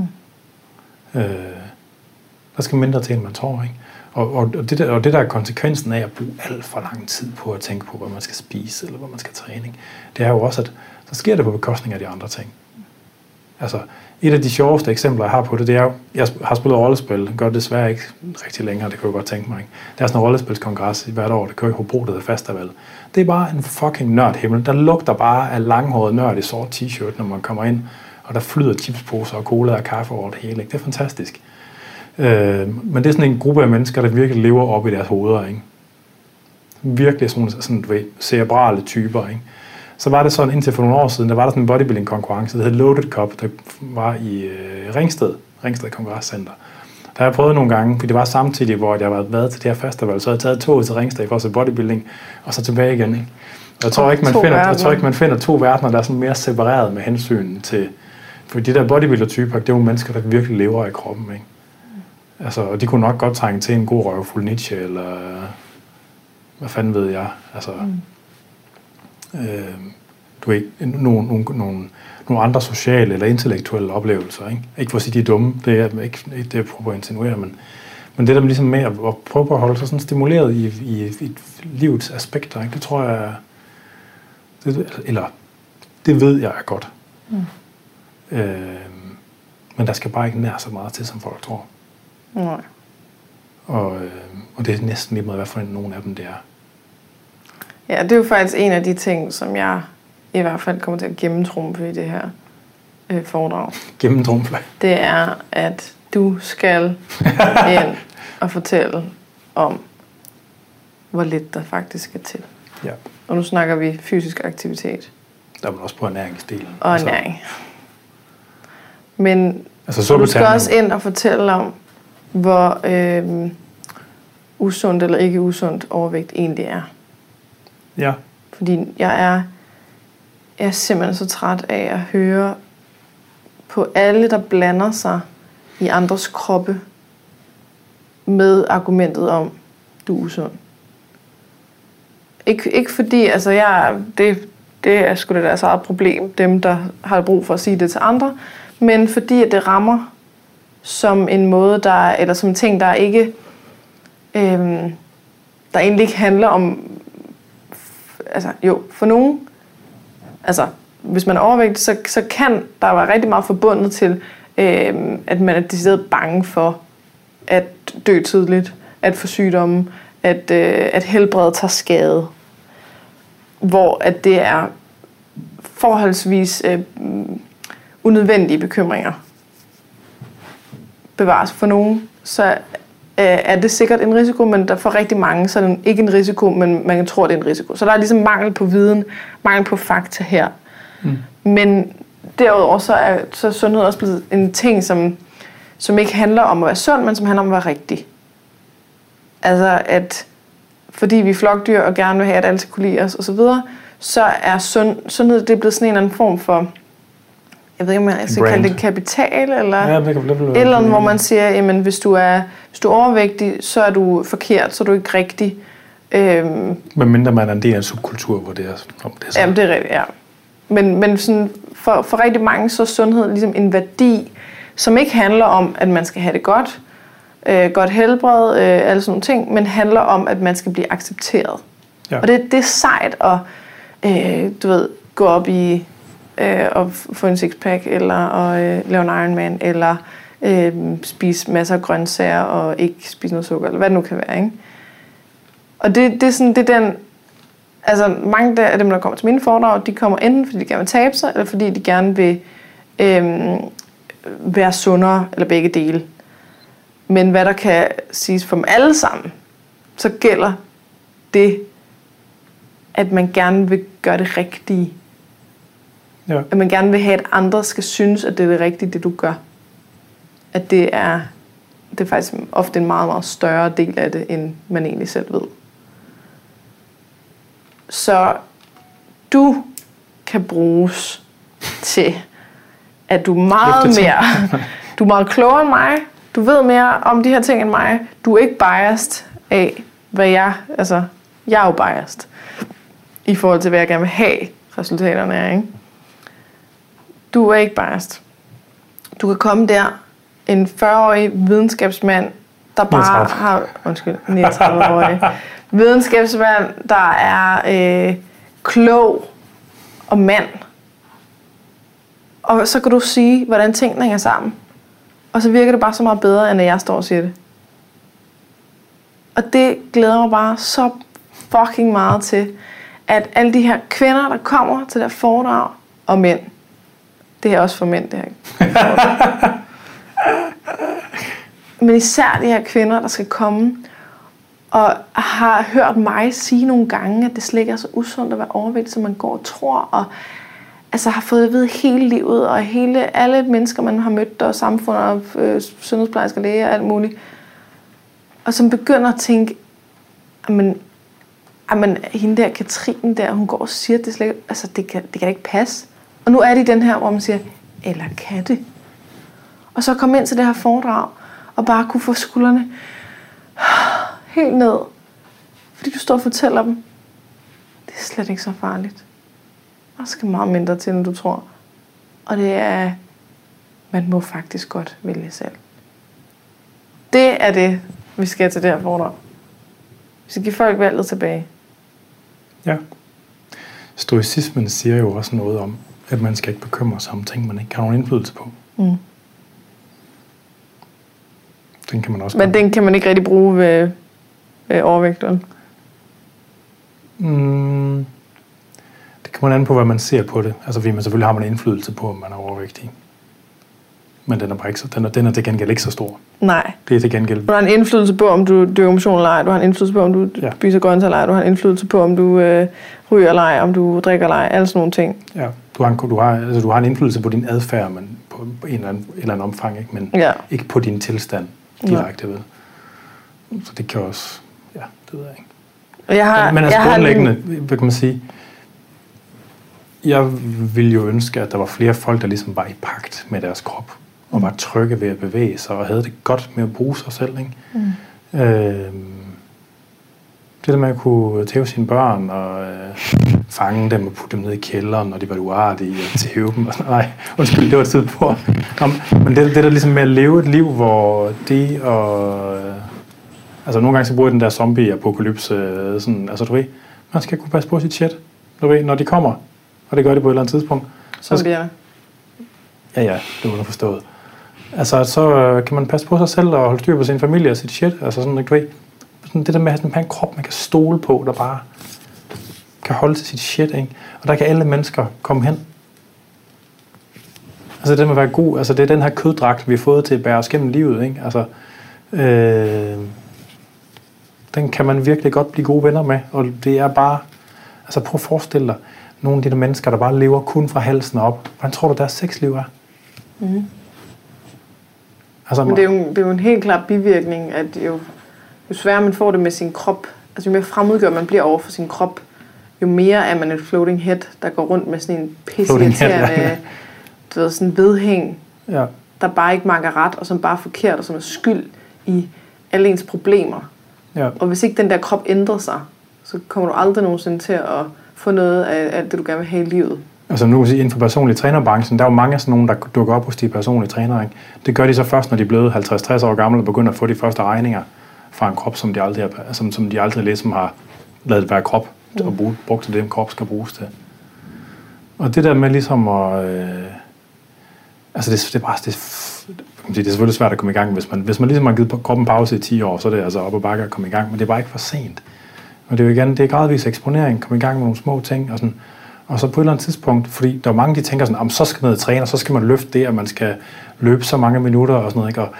Der skal mindre til, end man tror, ikke? Og det der er konsekvensen af at bruge alt for lang tid på at tænke på, hvad man skal spise, eller hvad man skal træne, det er jo også, at så sker det på bekostning af de andre ting. Altså, et af de sjoveste eksempler, jeg har på det, det er jo, jeg har spillet rollespil, det gør det desværre ikke rigtig længere, det kan jeg godt tænke mig, ikke? Der er sådan en rollespilskongres i hvert år, det kører i Hobro, der hedder Festival. Det er bare en fucking nørdhimmel. Der lugter bare af langhåret nørd i sort t-shirt, når man kommer ind, og der flyder chipsposer og cola og kaffe over det hele, ikke? Det er fantastisk. Men det er sådan en gruppe af mennesker, der virkelig lever op i deres hoveder, ikke? Virkelig sådan cerebrale typer, ikke? Så var det sådan, indtil for nogle år siden, der var der sådan en bodybuilding-konkurrence, der hed Loaded Cup, der var i Ringsted Kongresscenter. Der har jeg prøvet nogle gange, fordi det var samtidig, hvor jeg havde været til det her festival, så havde jeg taget toget til Ringsted for at se bodybuilding, og så tilbage igen, ikke? Og jeg tror ikke, man finder to verdener, der er sådan mere separeret med hensyn til, for de der bodybuilder-typer, det er jo mennesker, der virkelig lever i kroppen, ikke? Altså, og de kunne nok godt trænge til en god røvfuld Nietzsche, eller hvad fanden ved jeg, altså... du ved, nogle andre sociale eller intellektuelle oplevelser, ikke? Ikke for at sige, de er dumme, det er ikke det, jeg prøver at insinuere, men det der ligesom med at prøve at holde sig sådan stimuleret i livets aspekter, ikke? Det tror jeg, det ved jeg er godt. Men der skal bare ikke nær så meget til, som folk tror. Nej. Og det er næsten lige meget, hvad for nogen af dem det er. Ja, det er jo faktisk en af de ting, som jeg i hvert fald kommer til at gennemtrumfe i det her foredrag. Gennemtrumfe? Det er, at du skal ind og fortælle om, hvor lidt der faktisk skal til. Ja. Og nu snakker vi fysisk aktivitet. Der er man også på ernæringsdelen. Og ernæring. Men altså, du skal også ind og fortælle om, hvor usundt eller ikke usundt overvægt egentlig er. Ja. Fordi jeg er simpelthen så træt af at høre på alle, der blander sig i andres kroppe med argumentet om, du er usund. Ikke fordi, altså det er sgu da deres eget problem, dem der har brug for at sige det til andre, men fordi at det rammer som en måde, eller som en ting, der ikke, der egentlig ikke handler om, altså jo, for nogen, altså hvis man er overvægtig, så kan der være rigtig meget forbundet til, at man er decideret bange for at dø tidligt, at få sygdomme, at helbredet tager skade. Hvor at det er forholdsvis unødvendige bekymringer. Bevares for nogen, så er det sikkert en risiko, men der for rigtig mange, så er det ikke en risiko, men man tror, det er en risiko. Så der er ligesom mangel på viden, mangel på fakta her. Men derudover så er sundhed også blevet en ting, som ikke handler om at være sund, men som handler om at være rigtig. Altså at fordi vi er flokdyr og gerne vil have, at alle skal kunne lide os osv., så er sundhed det er blevet sådan en eller anden form for, jeg ved ikke, om jeg skal kalde det kapital, eller et eller andet, hvor man siger, jamen hvis du er overvægtig, så er du forkert, så er du ikke rigtig. Men mindre man er en del af en subkultur, hvor det er om det er så. Jamen det er rigtigt, ja. Men sådan, for rigtig mange, så er sundhed ligesom en værdi, som ikke handler om, at man skal have det godt, godt helbred, alle sådan nogle ting, men handler om, at man skal blive accepteret. Ja. Og det er sejt at gå op i og få en sixpack, eller at lave en Ironman, eller spise masser af grøntsager og ikke spise noget sukker, eller hvad det nu kan være, ikke? Og det er den, altså mange af dem, der kommer til mine foredrag, de kommer enten fordi de gerne vil tabe sig, eller fordi de gerne vil være sundere, eller begge dele. Men hvad der kan siges for dem alle sammen, så gælder det, at man gerne vil gøre det rigtige. Ja. At man gerne vil have, at andre skal synes, at det er det rigtige, det du gør. At det er faktisk ofte en meget, meget større del af det, end man egentlig selv ved. Så du kan bruges til, at du er du er meget klogere end mig. Du ved mere om de her ting end mig. Du er ikke biased af, hvad jeg er jo biased i forhold til, hvad jeg gerne vil have resultaterne er, ikke? Du er ikke biased. Du kan komme der, en 40-årig videnskabsmand, der bare har... 39-årig. Videnskabsmand, der er klog og mand. Og så kan du sige, hvordan tingene hænger sammen. Og så virker det bare så meget bedre, end når jeg står og siger det. Og det glæder mig bare så fucking meget til, at alle de her kvinder, der kommer til der foredrag, og mænd. Det er også for mænd, det her. Men især de her kvinder, der skal komme og har hørt mig sige nogle gange, at det slet ikke er så usundt at være overvægtig, som man går og tror, og altså har fået at vide hele livet, og alle mennesker, man har mødt, og samfund, og sundhedsplejersker, læger, og alt muligt. Og som begynder at tænke, men hende der Katrine der, hun går og siger, at det slet ikke, altså det kan ikke passe. Og nu er det den her, hvor man siger, eller kan det? Og så komme ind til det her foredrag, og bare kunne få skuldrene helt ned. Fordi du står og fortæller dem, det er slet ikke så farligt. Der skal meget mindre til, end du tror. Og det er, man må faktisk godt vælge selv. Det er det, vi skal til det her foredrag. Vi skal give folk valget tilbage. Ja. Stoicismen siger jo også noget om, at man skal ikke bekymre sig om ting, man ikke har nogen indflydelse på. Mm. Den kan man også. Men den kan man ikke rigtig bruge ved overvægteren. Det kommer an på, hvad man ser på det. Altså, fordi man selvfølgelig har man indflydelse på, om man er overvægtig. Men den er bare ikke så, den er til gengæld ikke så stor. Nej. Det er til gengæld. Du har en indflydelse på, om du dyrker motion eller ej. Du har en indflydelse på, om du spiser grøntsager eller ej. Du har en indflydelse på, om du ryger eller ej, om du drikker eller ej. Alle sådan nogle ting. Ja, du har en indflydelse på din adfærd, men på en eller anden omfang, ikke? Men ikke på din tilstand direkte ved. Så det kan også, det ved jeg ikke. Og men altså grundlæggende, hvad kan man sige, jeg ville jo ønske, at der var flere folk, der ligesom var i pagt med deres krop, og var trygge ved at bevæge sig, og havde det godt med at bruge sig selv, ikke? Det der med at kunne tæve sine børn, og fange dem og putte dem ned i kælderen, når de var uartige, og tæve dem, og sådan, nej, undskyld, det var et tid på. Men det der ligesom med at leve et liv, hvor det og... altså nogle gange så bruger jeg den der zombie-apokalypse, sådan, altså du ved, man skal kunne passe på sit shit, du ved, når de kommer, og det gør det på et eller andet tidspunkt. Zombierne? Ja, det var underforstået. Altså, så kan man passe på sig selv og holde styr på sin familie og sit shit, altså sådan, du ved, sådan det der med at have en krop, man kan stole på, der bare kan holde til sit shit, ikke? Og der kan alle mennesker komme hen. Altså det med at være god, altså det er den her køddragt, vi har fået til at bære os gennem livet, ikke? Altså, den kan man virkelig godt blive gode venner med, og det er bare, altså prøv at forestille dig, nogle af de der mennesker, der bare lever kun fra halsen op. Hvordan tror du, deres sexliv er? Altså, men det er jo en helt klar bivirkning, at jo sværere man får det med sin krop, altså jo mere fremmedgjort man bliver over for sin krop, jo mere er man et floating head, der går rundt med sådan en pisseirriterende, du ved, sådan vedhæng, der bare ikke makker ret, og som bare er forkert, og som er skyld i alle ens problemer. Ja. Og hvis ikke den der krop ændrer sig, så kommer du aldrig nogensinde til at få noget af alt det, du gerne vil have i livet. Altså nu kan sige, inden for personlig trænerbranchen, der er jo mange af sådan nogen, der dukker op hos de personlige trænere, ikke? Det gør de så først, når de er blevet 50-60 år gamle og begynder at få de første regninger fra en krop, som de aldrig ligesom har ladet være krop og brugt til det, en krop skal bruges til. Og det der med ligesom at... altså det er bare... Det er selvfølgelig svært at komme i gang, hvis man ligesom har givet kroppen pause i 10 år, så er det altså op og bakke at komme i gang, men det er bare ikke for sent. Og det er jo igen, det er gradvis eksponering, komme i gang med nogle små ting, og sådan. Og så på et eller andet tidspunkt, fordi der er mange, de tænker sådan, så skal man ned og træne, og så skal man løfte det, og man skal løbe så mange minutter og sådan noget, ikke?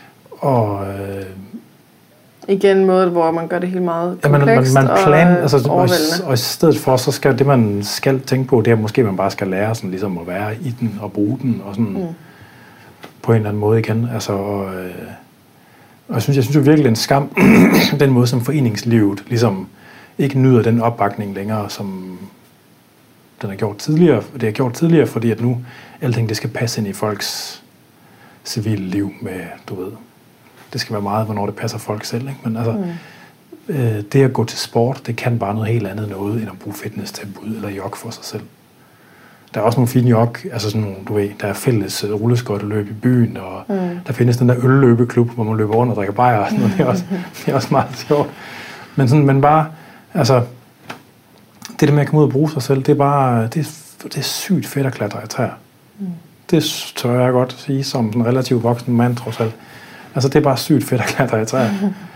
Igen en måde, hvor man gør det helt meget komplekst og i stedet for, så skal det, man skal tænke på, det er måske, man bare skal lære sådan, ligesom at være i den og bruge den, og sådan på en eller anden måde igen. Altså, og jeg synes jo virkelig, en skam, den måde, som foreningslivet ligesom ikke nyder den opbakning længere, som den har gjort tidligere. Det har gjort tidligere, fordi at nu alting det skal passe ind i folks civile liv med, du ved, det skal være meget, hvornår det passer folk selv, ikke? Men altså, det at gå til sport, det kan bare noget helt andet noget, end at bruge fitness-tilbud eller jog for sig selv. Der er også nogle fine jog, altså sådan nogle, du ved, der er fælles rulleskøjteløb i byen, og der findes den der ølløbeklub, hvor man løber rundt og drikker bajer og sådan noget. Det er også meget sjovt. Men bare, altså, det der med at komme ud og bruge sig selv, det er bare, det er sygt fedt at klatre i træer. Det tør jeg godt sige, som en relativt voksen mand, trods alt. Altså, det er bare sygt fedt at klatre i træer.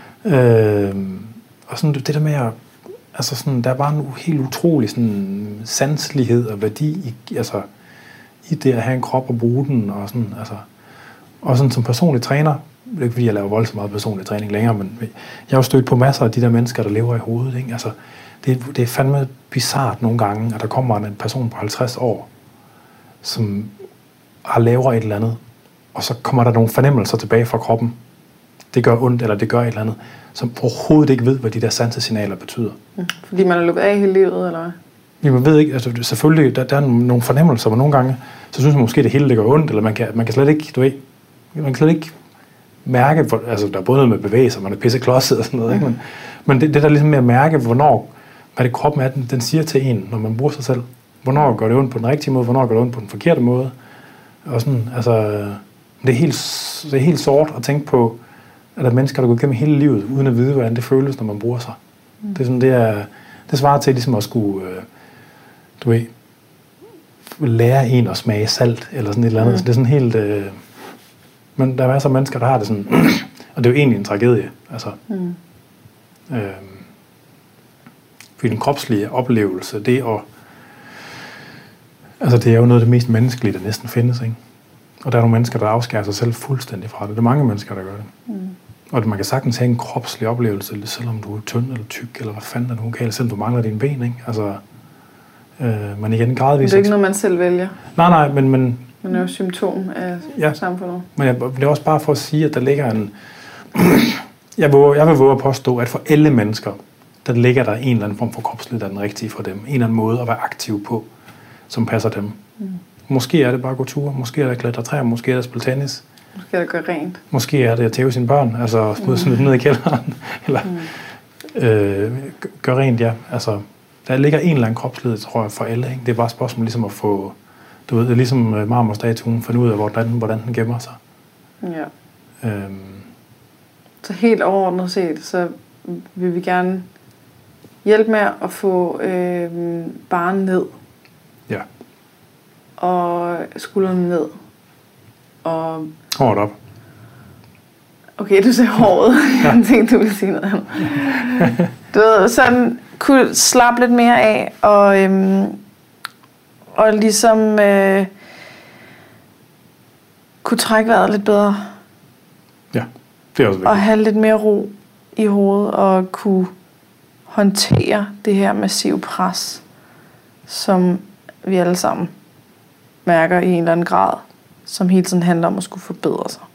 Og sådan det der med at, altså sådan, der er bare en helt utrolig sådan sanselighed og værdi i det at have en krop og bruge den, og sådan, altså. Og sådan som personlig træner, det er ikke fordi, jeg laver voldsomt meget personlig træning længere, men jeg har jo stødt på masser af de der mennesker, der lever i hovedet, ikke? Altså, det er fandme bizart nogle gange, at der kommer en person på 50 år, som har laver et eller andet, og så kommer der nogle fornemmelser tilbage fra kroppen. Det gør ondt, eller det gør et eller andet, som overhovedet ikke ved, hvad de der sansesignaler betyder. Fordi man er lukket af hele livet, eller hvad? Ja, man ved ikke, altså selvfølgelig, der er nogle fornemmelser, hvor nogle gange, så synes man måske, det hele det gør ondt, eller man kan slet ikke, du ved, man kan slet ikke mærke, altså der er både noget med bevægelser, man er pisseklodset og sådan noget, ikke? Men det der ligesom med at mærke, hvad det kroppen er, den siger til en, når man bruger sig selv. Hvornår gør det ondt på den rigtige måde, hvornår gør det ondt på den forkerte måde. Og sådan, altså, det er helt sort at tænke på, at der er mennesker, der går gennem hele livet, uden at vide, hvordan det føles, når man bruger sig. Det er sådan, det svarer til ligesom at skulle, du ved, lære en at smage salt, eller sådan et eller andet. Så det er sådan helt, men der er masser af mennesker, der har det sådan, og det er jo egentlig en tragedie, altså. Fordi den kropslige oplevelse, det er jo noget af det mest menneskelige, der næsten findes, ikke? Og der er nogle mennesker, der afskærer sig selv fuldstændig fra det. Det er mange mennesker, der gør det. Og man kan sagtens have en kropslig oplevelse, selvom du er tynd eller tyk, eller hvad fanden der nu kan, selvom du mangler dine ben, ikke? Altså, men igen gradvis... Det er ikke noget, man selv vælger. Nej, men... Man er jo symptom af samfundet. Men det er også bare for at sige, at der ligger en... Jeg vil våge at påstå, at for alle mennesker, der ligger der en eller anden form for kropsligt, der er den rigtige for dem. En eller anden måde at være aktiv på, som passer dem. Måske er det bare at gå ture, måske er det at klatre træer, måske er det at spille tennis. Måske er det at gøre rent. Måske er det at tæve sine børn, altså smide dem ned i kælderen. Eller gøre rent, ja. Altså, der ligger en eller anden kropslighed, tror jeg, for alle. Ikke? Det er bare et spørgsmål ligesom at få, du ved, det er ligesom marmorstatuen, finde ud af, hvordan den gemmer sig. Ja. Så helt overordnet set, så vil vi gerne hjælpe med at få barn ned. Ja. Og skuldrene ned. Og hårdt op. Okay, du sagde håret. Jeg tænkte, du ville sige noget andet. Du ved, sådan kunne slappe lidt mere af, og ligesom kunne trække vejret lidt bedre. Ja, det er også vigtigt. Og have lidt mere ro i hovedet, og kunne håndtere det her massive pres, som vi alle sammen mærker i en eller anden grad, som hele tiden handler om at skulle forbedre sig.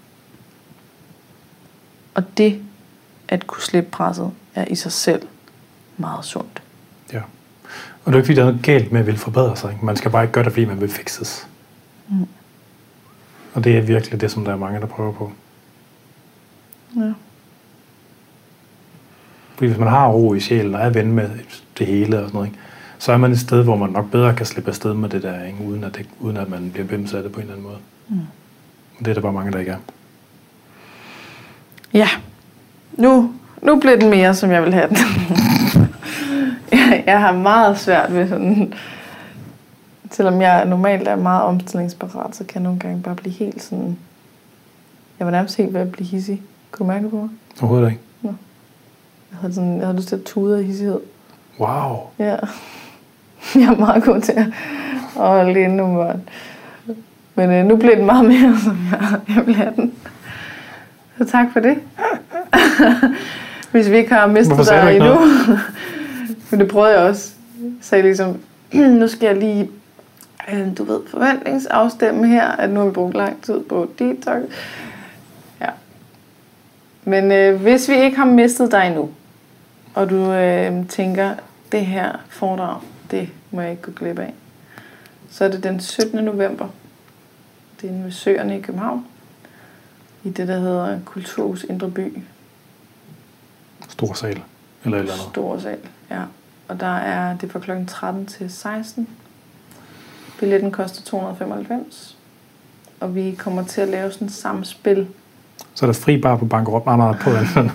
Og det, at kunne slippe presset, er i sig selv meget sundt. Ja. Og det er ikke fordi, der er noget galt med at ville forbedre sig. Ikke? Man skal bare ikke gøre det, fordi man vil fikses. Og det er virkelig det, som der er mange, der prøver på. Ja. Fordi hvis man har ro i sjælen og er ven med det hele og sådan noget, ikke? Så er man et sted, hvor man nok bedre kan slippe afsted med det der, ikke? Uden at man bliver bimset af det på en eller anden måde. Og det er der bare mange, der ikke er. Ja, nu bliver den mere, som jeg vil have den. Jeg har meget svært ved sådan, selvom jeg normalt er meget omstillingsparat, så kan jeg nogle gange bare blive helt sådan, jeg var nærmest helt ved at blive hissig. Kunne du mærke det på mig? Overhovedet ikke. Nå. Jeg havde lyst til at tude af hissighed. Wow. Ja. Jeg er meget god til at holde inde umiddelbart. Men nu bliver den meget mere, som jeg vil have den. Så tak for det. Hvis vi ikke har mistet dig endnu. Men det prøvede jeg også. Jeg sagde ligesom, nu skal jeg lige, du ved, forventningsafstemme her, at nu har vi brugt lang tid på detox. Ja. Men hvis vi ikke har mistet dig endnu, og du tænker, det her foredrag, det må jeg ikke gå glip af, så er det den 17. november. Det er inde ved Søerne i København. I det, der hedder Kulturhus Indre By. Stor sal. Eller et eller andet. Stor sal, ja. Og det er fra kl. 13 til 16. Billetten koster 295. Og vi kommer til at lave sådan et samspil. Så er der fri bar på Bankerot. Nej, på den.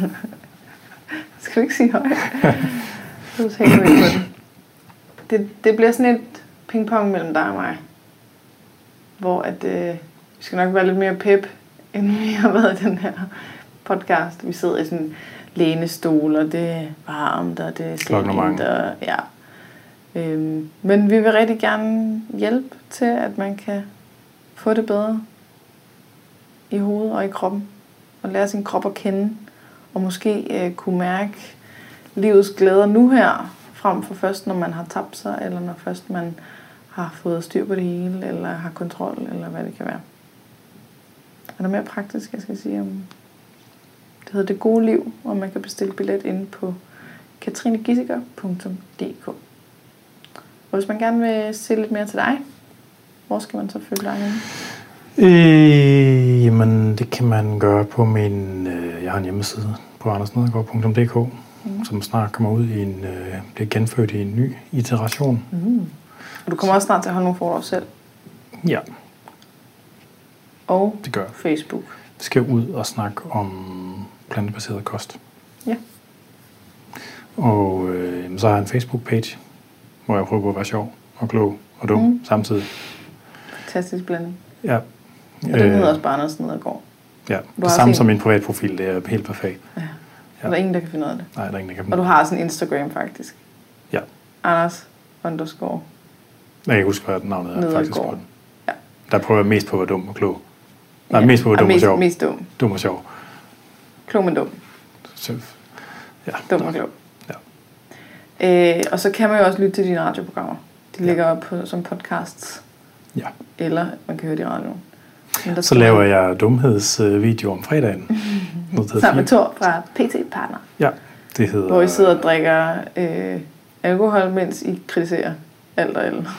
Skal du ikke sige højt? Så tænker vi på den. Det bliver sådan et pingpong mellem dig og mig. Hvor at, vi skal nok være lidt mere pep, end vi har været i den her podcast. Vi sidder i sådan en lænestol, og det er varmt, og det er sent, og ja. Men vi vil rigtig gerne hjælpe til, at man kan få det bedre i hovedet og i kroppen, og lære sin krop at kende, og måske kunne mærke livets glæder nu her, frem for først, når man har tabt sig, eller når først man har fået styr på det hele, eller har kontrol, eller hvad det kan være. Er der mere praktisk, jeg skal sige om? Det hedder Det Gode Liv, og man kan bestille billet inde på katrinegissiker.dk. Og hvis man gerne vil se lidt mere til dig, hvor skal man så følge dig henne? Jamen, det kan man gøre på min... jeg har en hjemmeside på andersnedergaard.dk, som snart kommer ud i bliver genfødt i en ny iteration. Og du kommer også snart til at holde nogle foredrag selv? Ja. Og det gør. Facebook? Vi skal ud og snakke om plantebaseret kost. Ja. Og så har jeg en Facebook-page, hvor jeg prøver på at være sjov og klog og dum samtidig. Fantastisk blanding. Ja. Og den hedder også bare Anders Nedergaard. Ja, det samme som min privatprofil, det er helt perfekt. Ja. Der er ingen, der kan finde ud af det. Nej, der er ingen, der kan finde. Og du har sådan en Instagram faktisk. Ja. Anders_. Jeg kan ikke huske, hvad navnet er faktisk på den. Ja. Der prøver jeg mest på at være dum og klog. Nej, mest på at være dum og sjov. Mest dum. Dum og sjov. Klog, men dum. Ja. Dum og klog. Ja. Og så kan man jo også lytte til dine radioprogrammer. De ligger op som podcasts. Ja. Eller man kan høre det i radioen. Så laver jeg dumhedsvideo om fredagen. Sammen med Thor fra PT Partner. Ja, Det hedder... Hvor I sidder og drikker alkohol, mens I kritiserer alt og alle.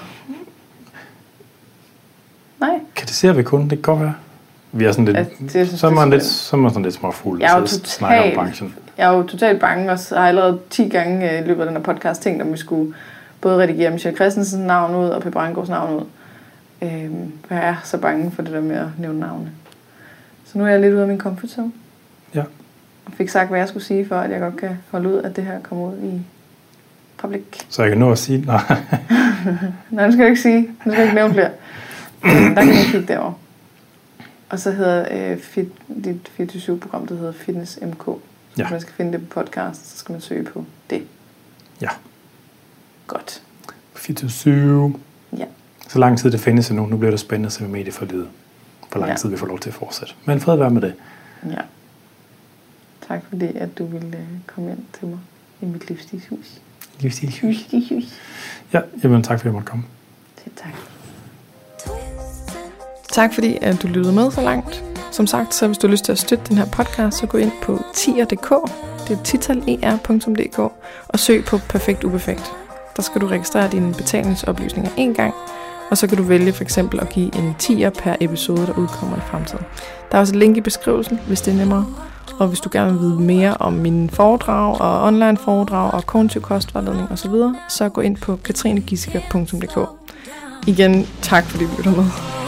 Nej. Kritiserer vi kun? Det kan godt være. Vi er sådan lidt... Så er man sådan lidt småfuld. Jeg er jo totalt bange, og har allerede 10 gange i løbet af den her podcast tænkt, om vi skulle både redigere Michelle Christensens navn ud og Pippi Ranggaards navn ud. For jeg er så bange for det der med at nævne navne. Så nu er jeg lidt ude af min comfort zone. Ja. Og fik sagt, hvad jeg skulle sige, for at jeg godt kan holde ud, at det her kommer ud i public. Så jeg kan nå at sige? Nej. Nej, det skal jeg ikke sige. Det skal jeg ikke nævne flere. Der kan man kigge derovre. Og så hedder dit 24/7-program, det hedder Fitness MK. Så hvis man skal finde det på podcast, så skal man søge på det. Ja. Godt. 24/7. Ja. Så lang tid det findes endnu. Nu bliver det spændende at se med medieforliget. Hvor lang tid vi får lov til at fortsætte. Men fred være med det. Ja. Tak fordi, at du ville komme ind til mig i mit livsstilshus. Livsstilshus. Ja, jamen tak fordi jeg måtte komme. Selv tak. Tak fordi, at du lyttede med så langt. Som sagt, så hvis du har lyst til at støtte den her podcast, så gå ind på tier.dk, det er titaler.dk, og søg på Perfekt Uperfekt. Der skal du registrere dine betalingsoplysninger en gang, og så kan du vælge for eksempel at give en 10'er per episode, der udkommer i fremtiden. Der er også et link i beskrivelsen, hvis det er nemmere. Og hvis du gerne vil vide mere om mine foredrag og online foredrag og kognitiv kostvejledning osv., så gå ind på katrinegissiker.dk. Igen, tak fordi du lytter med.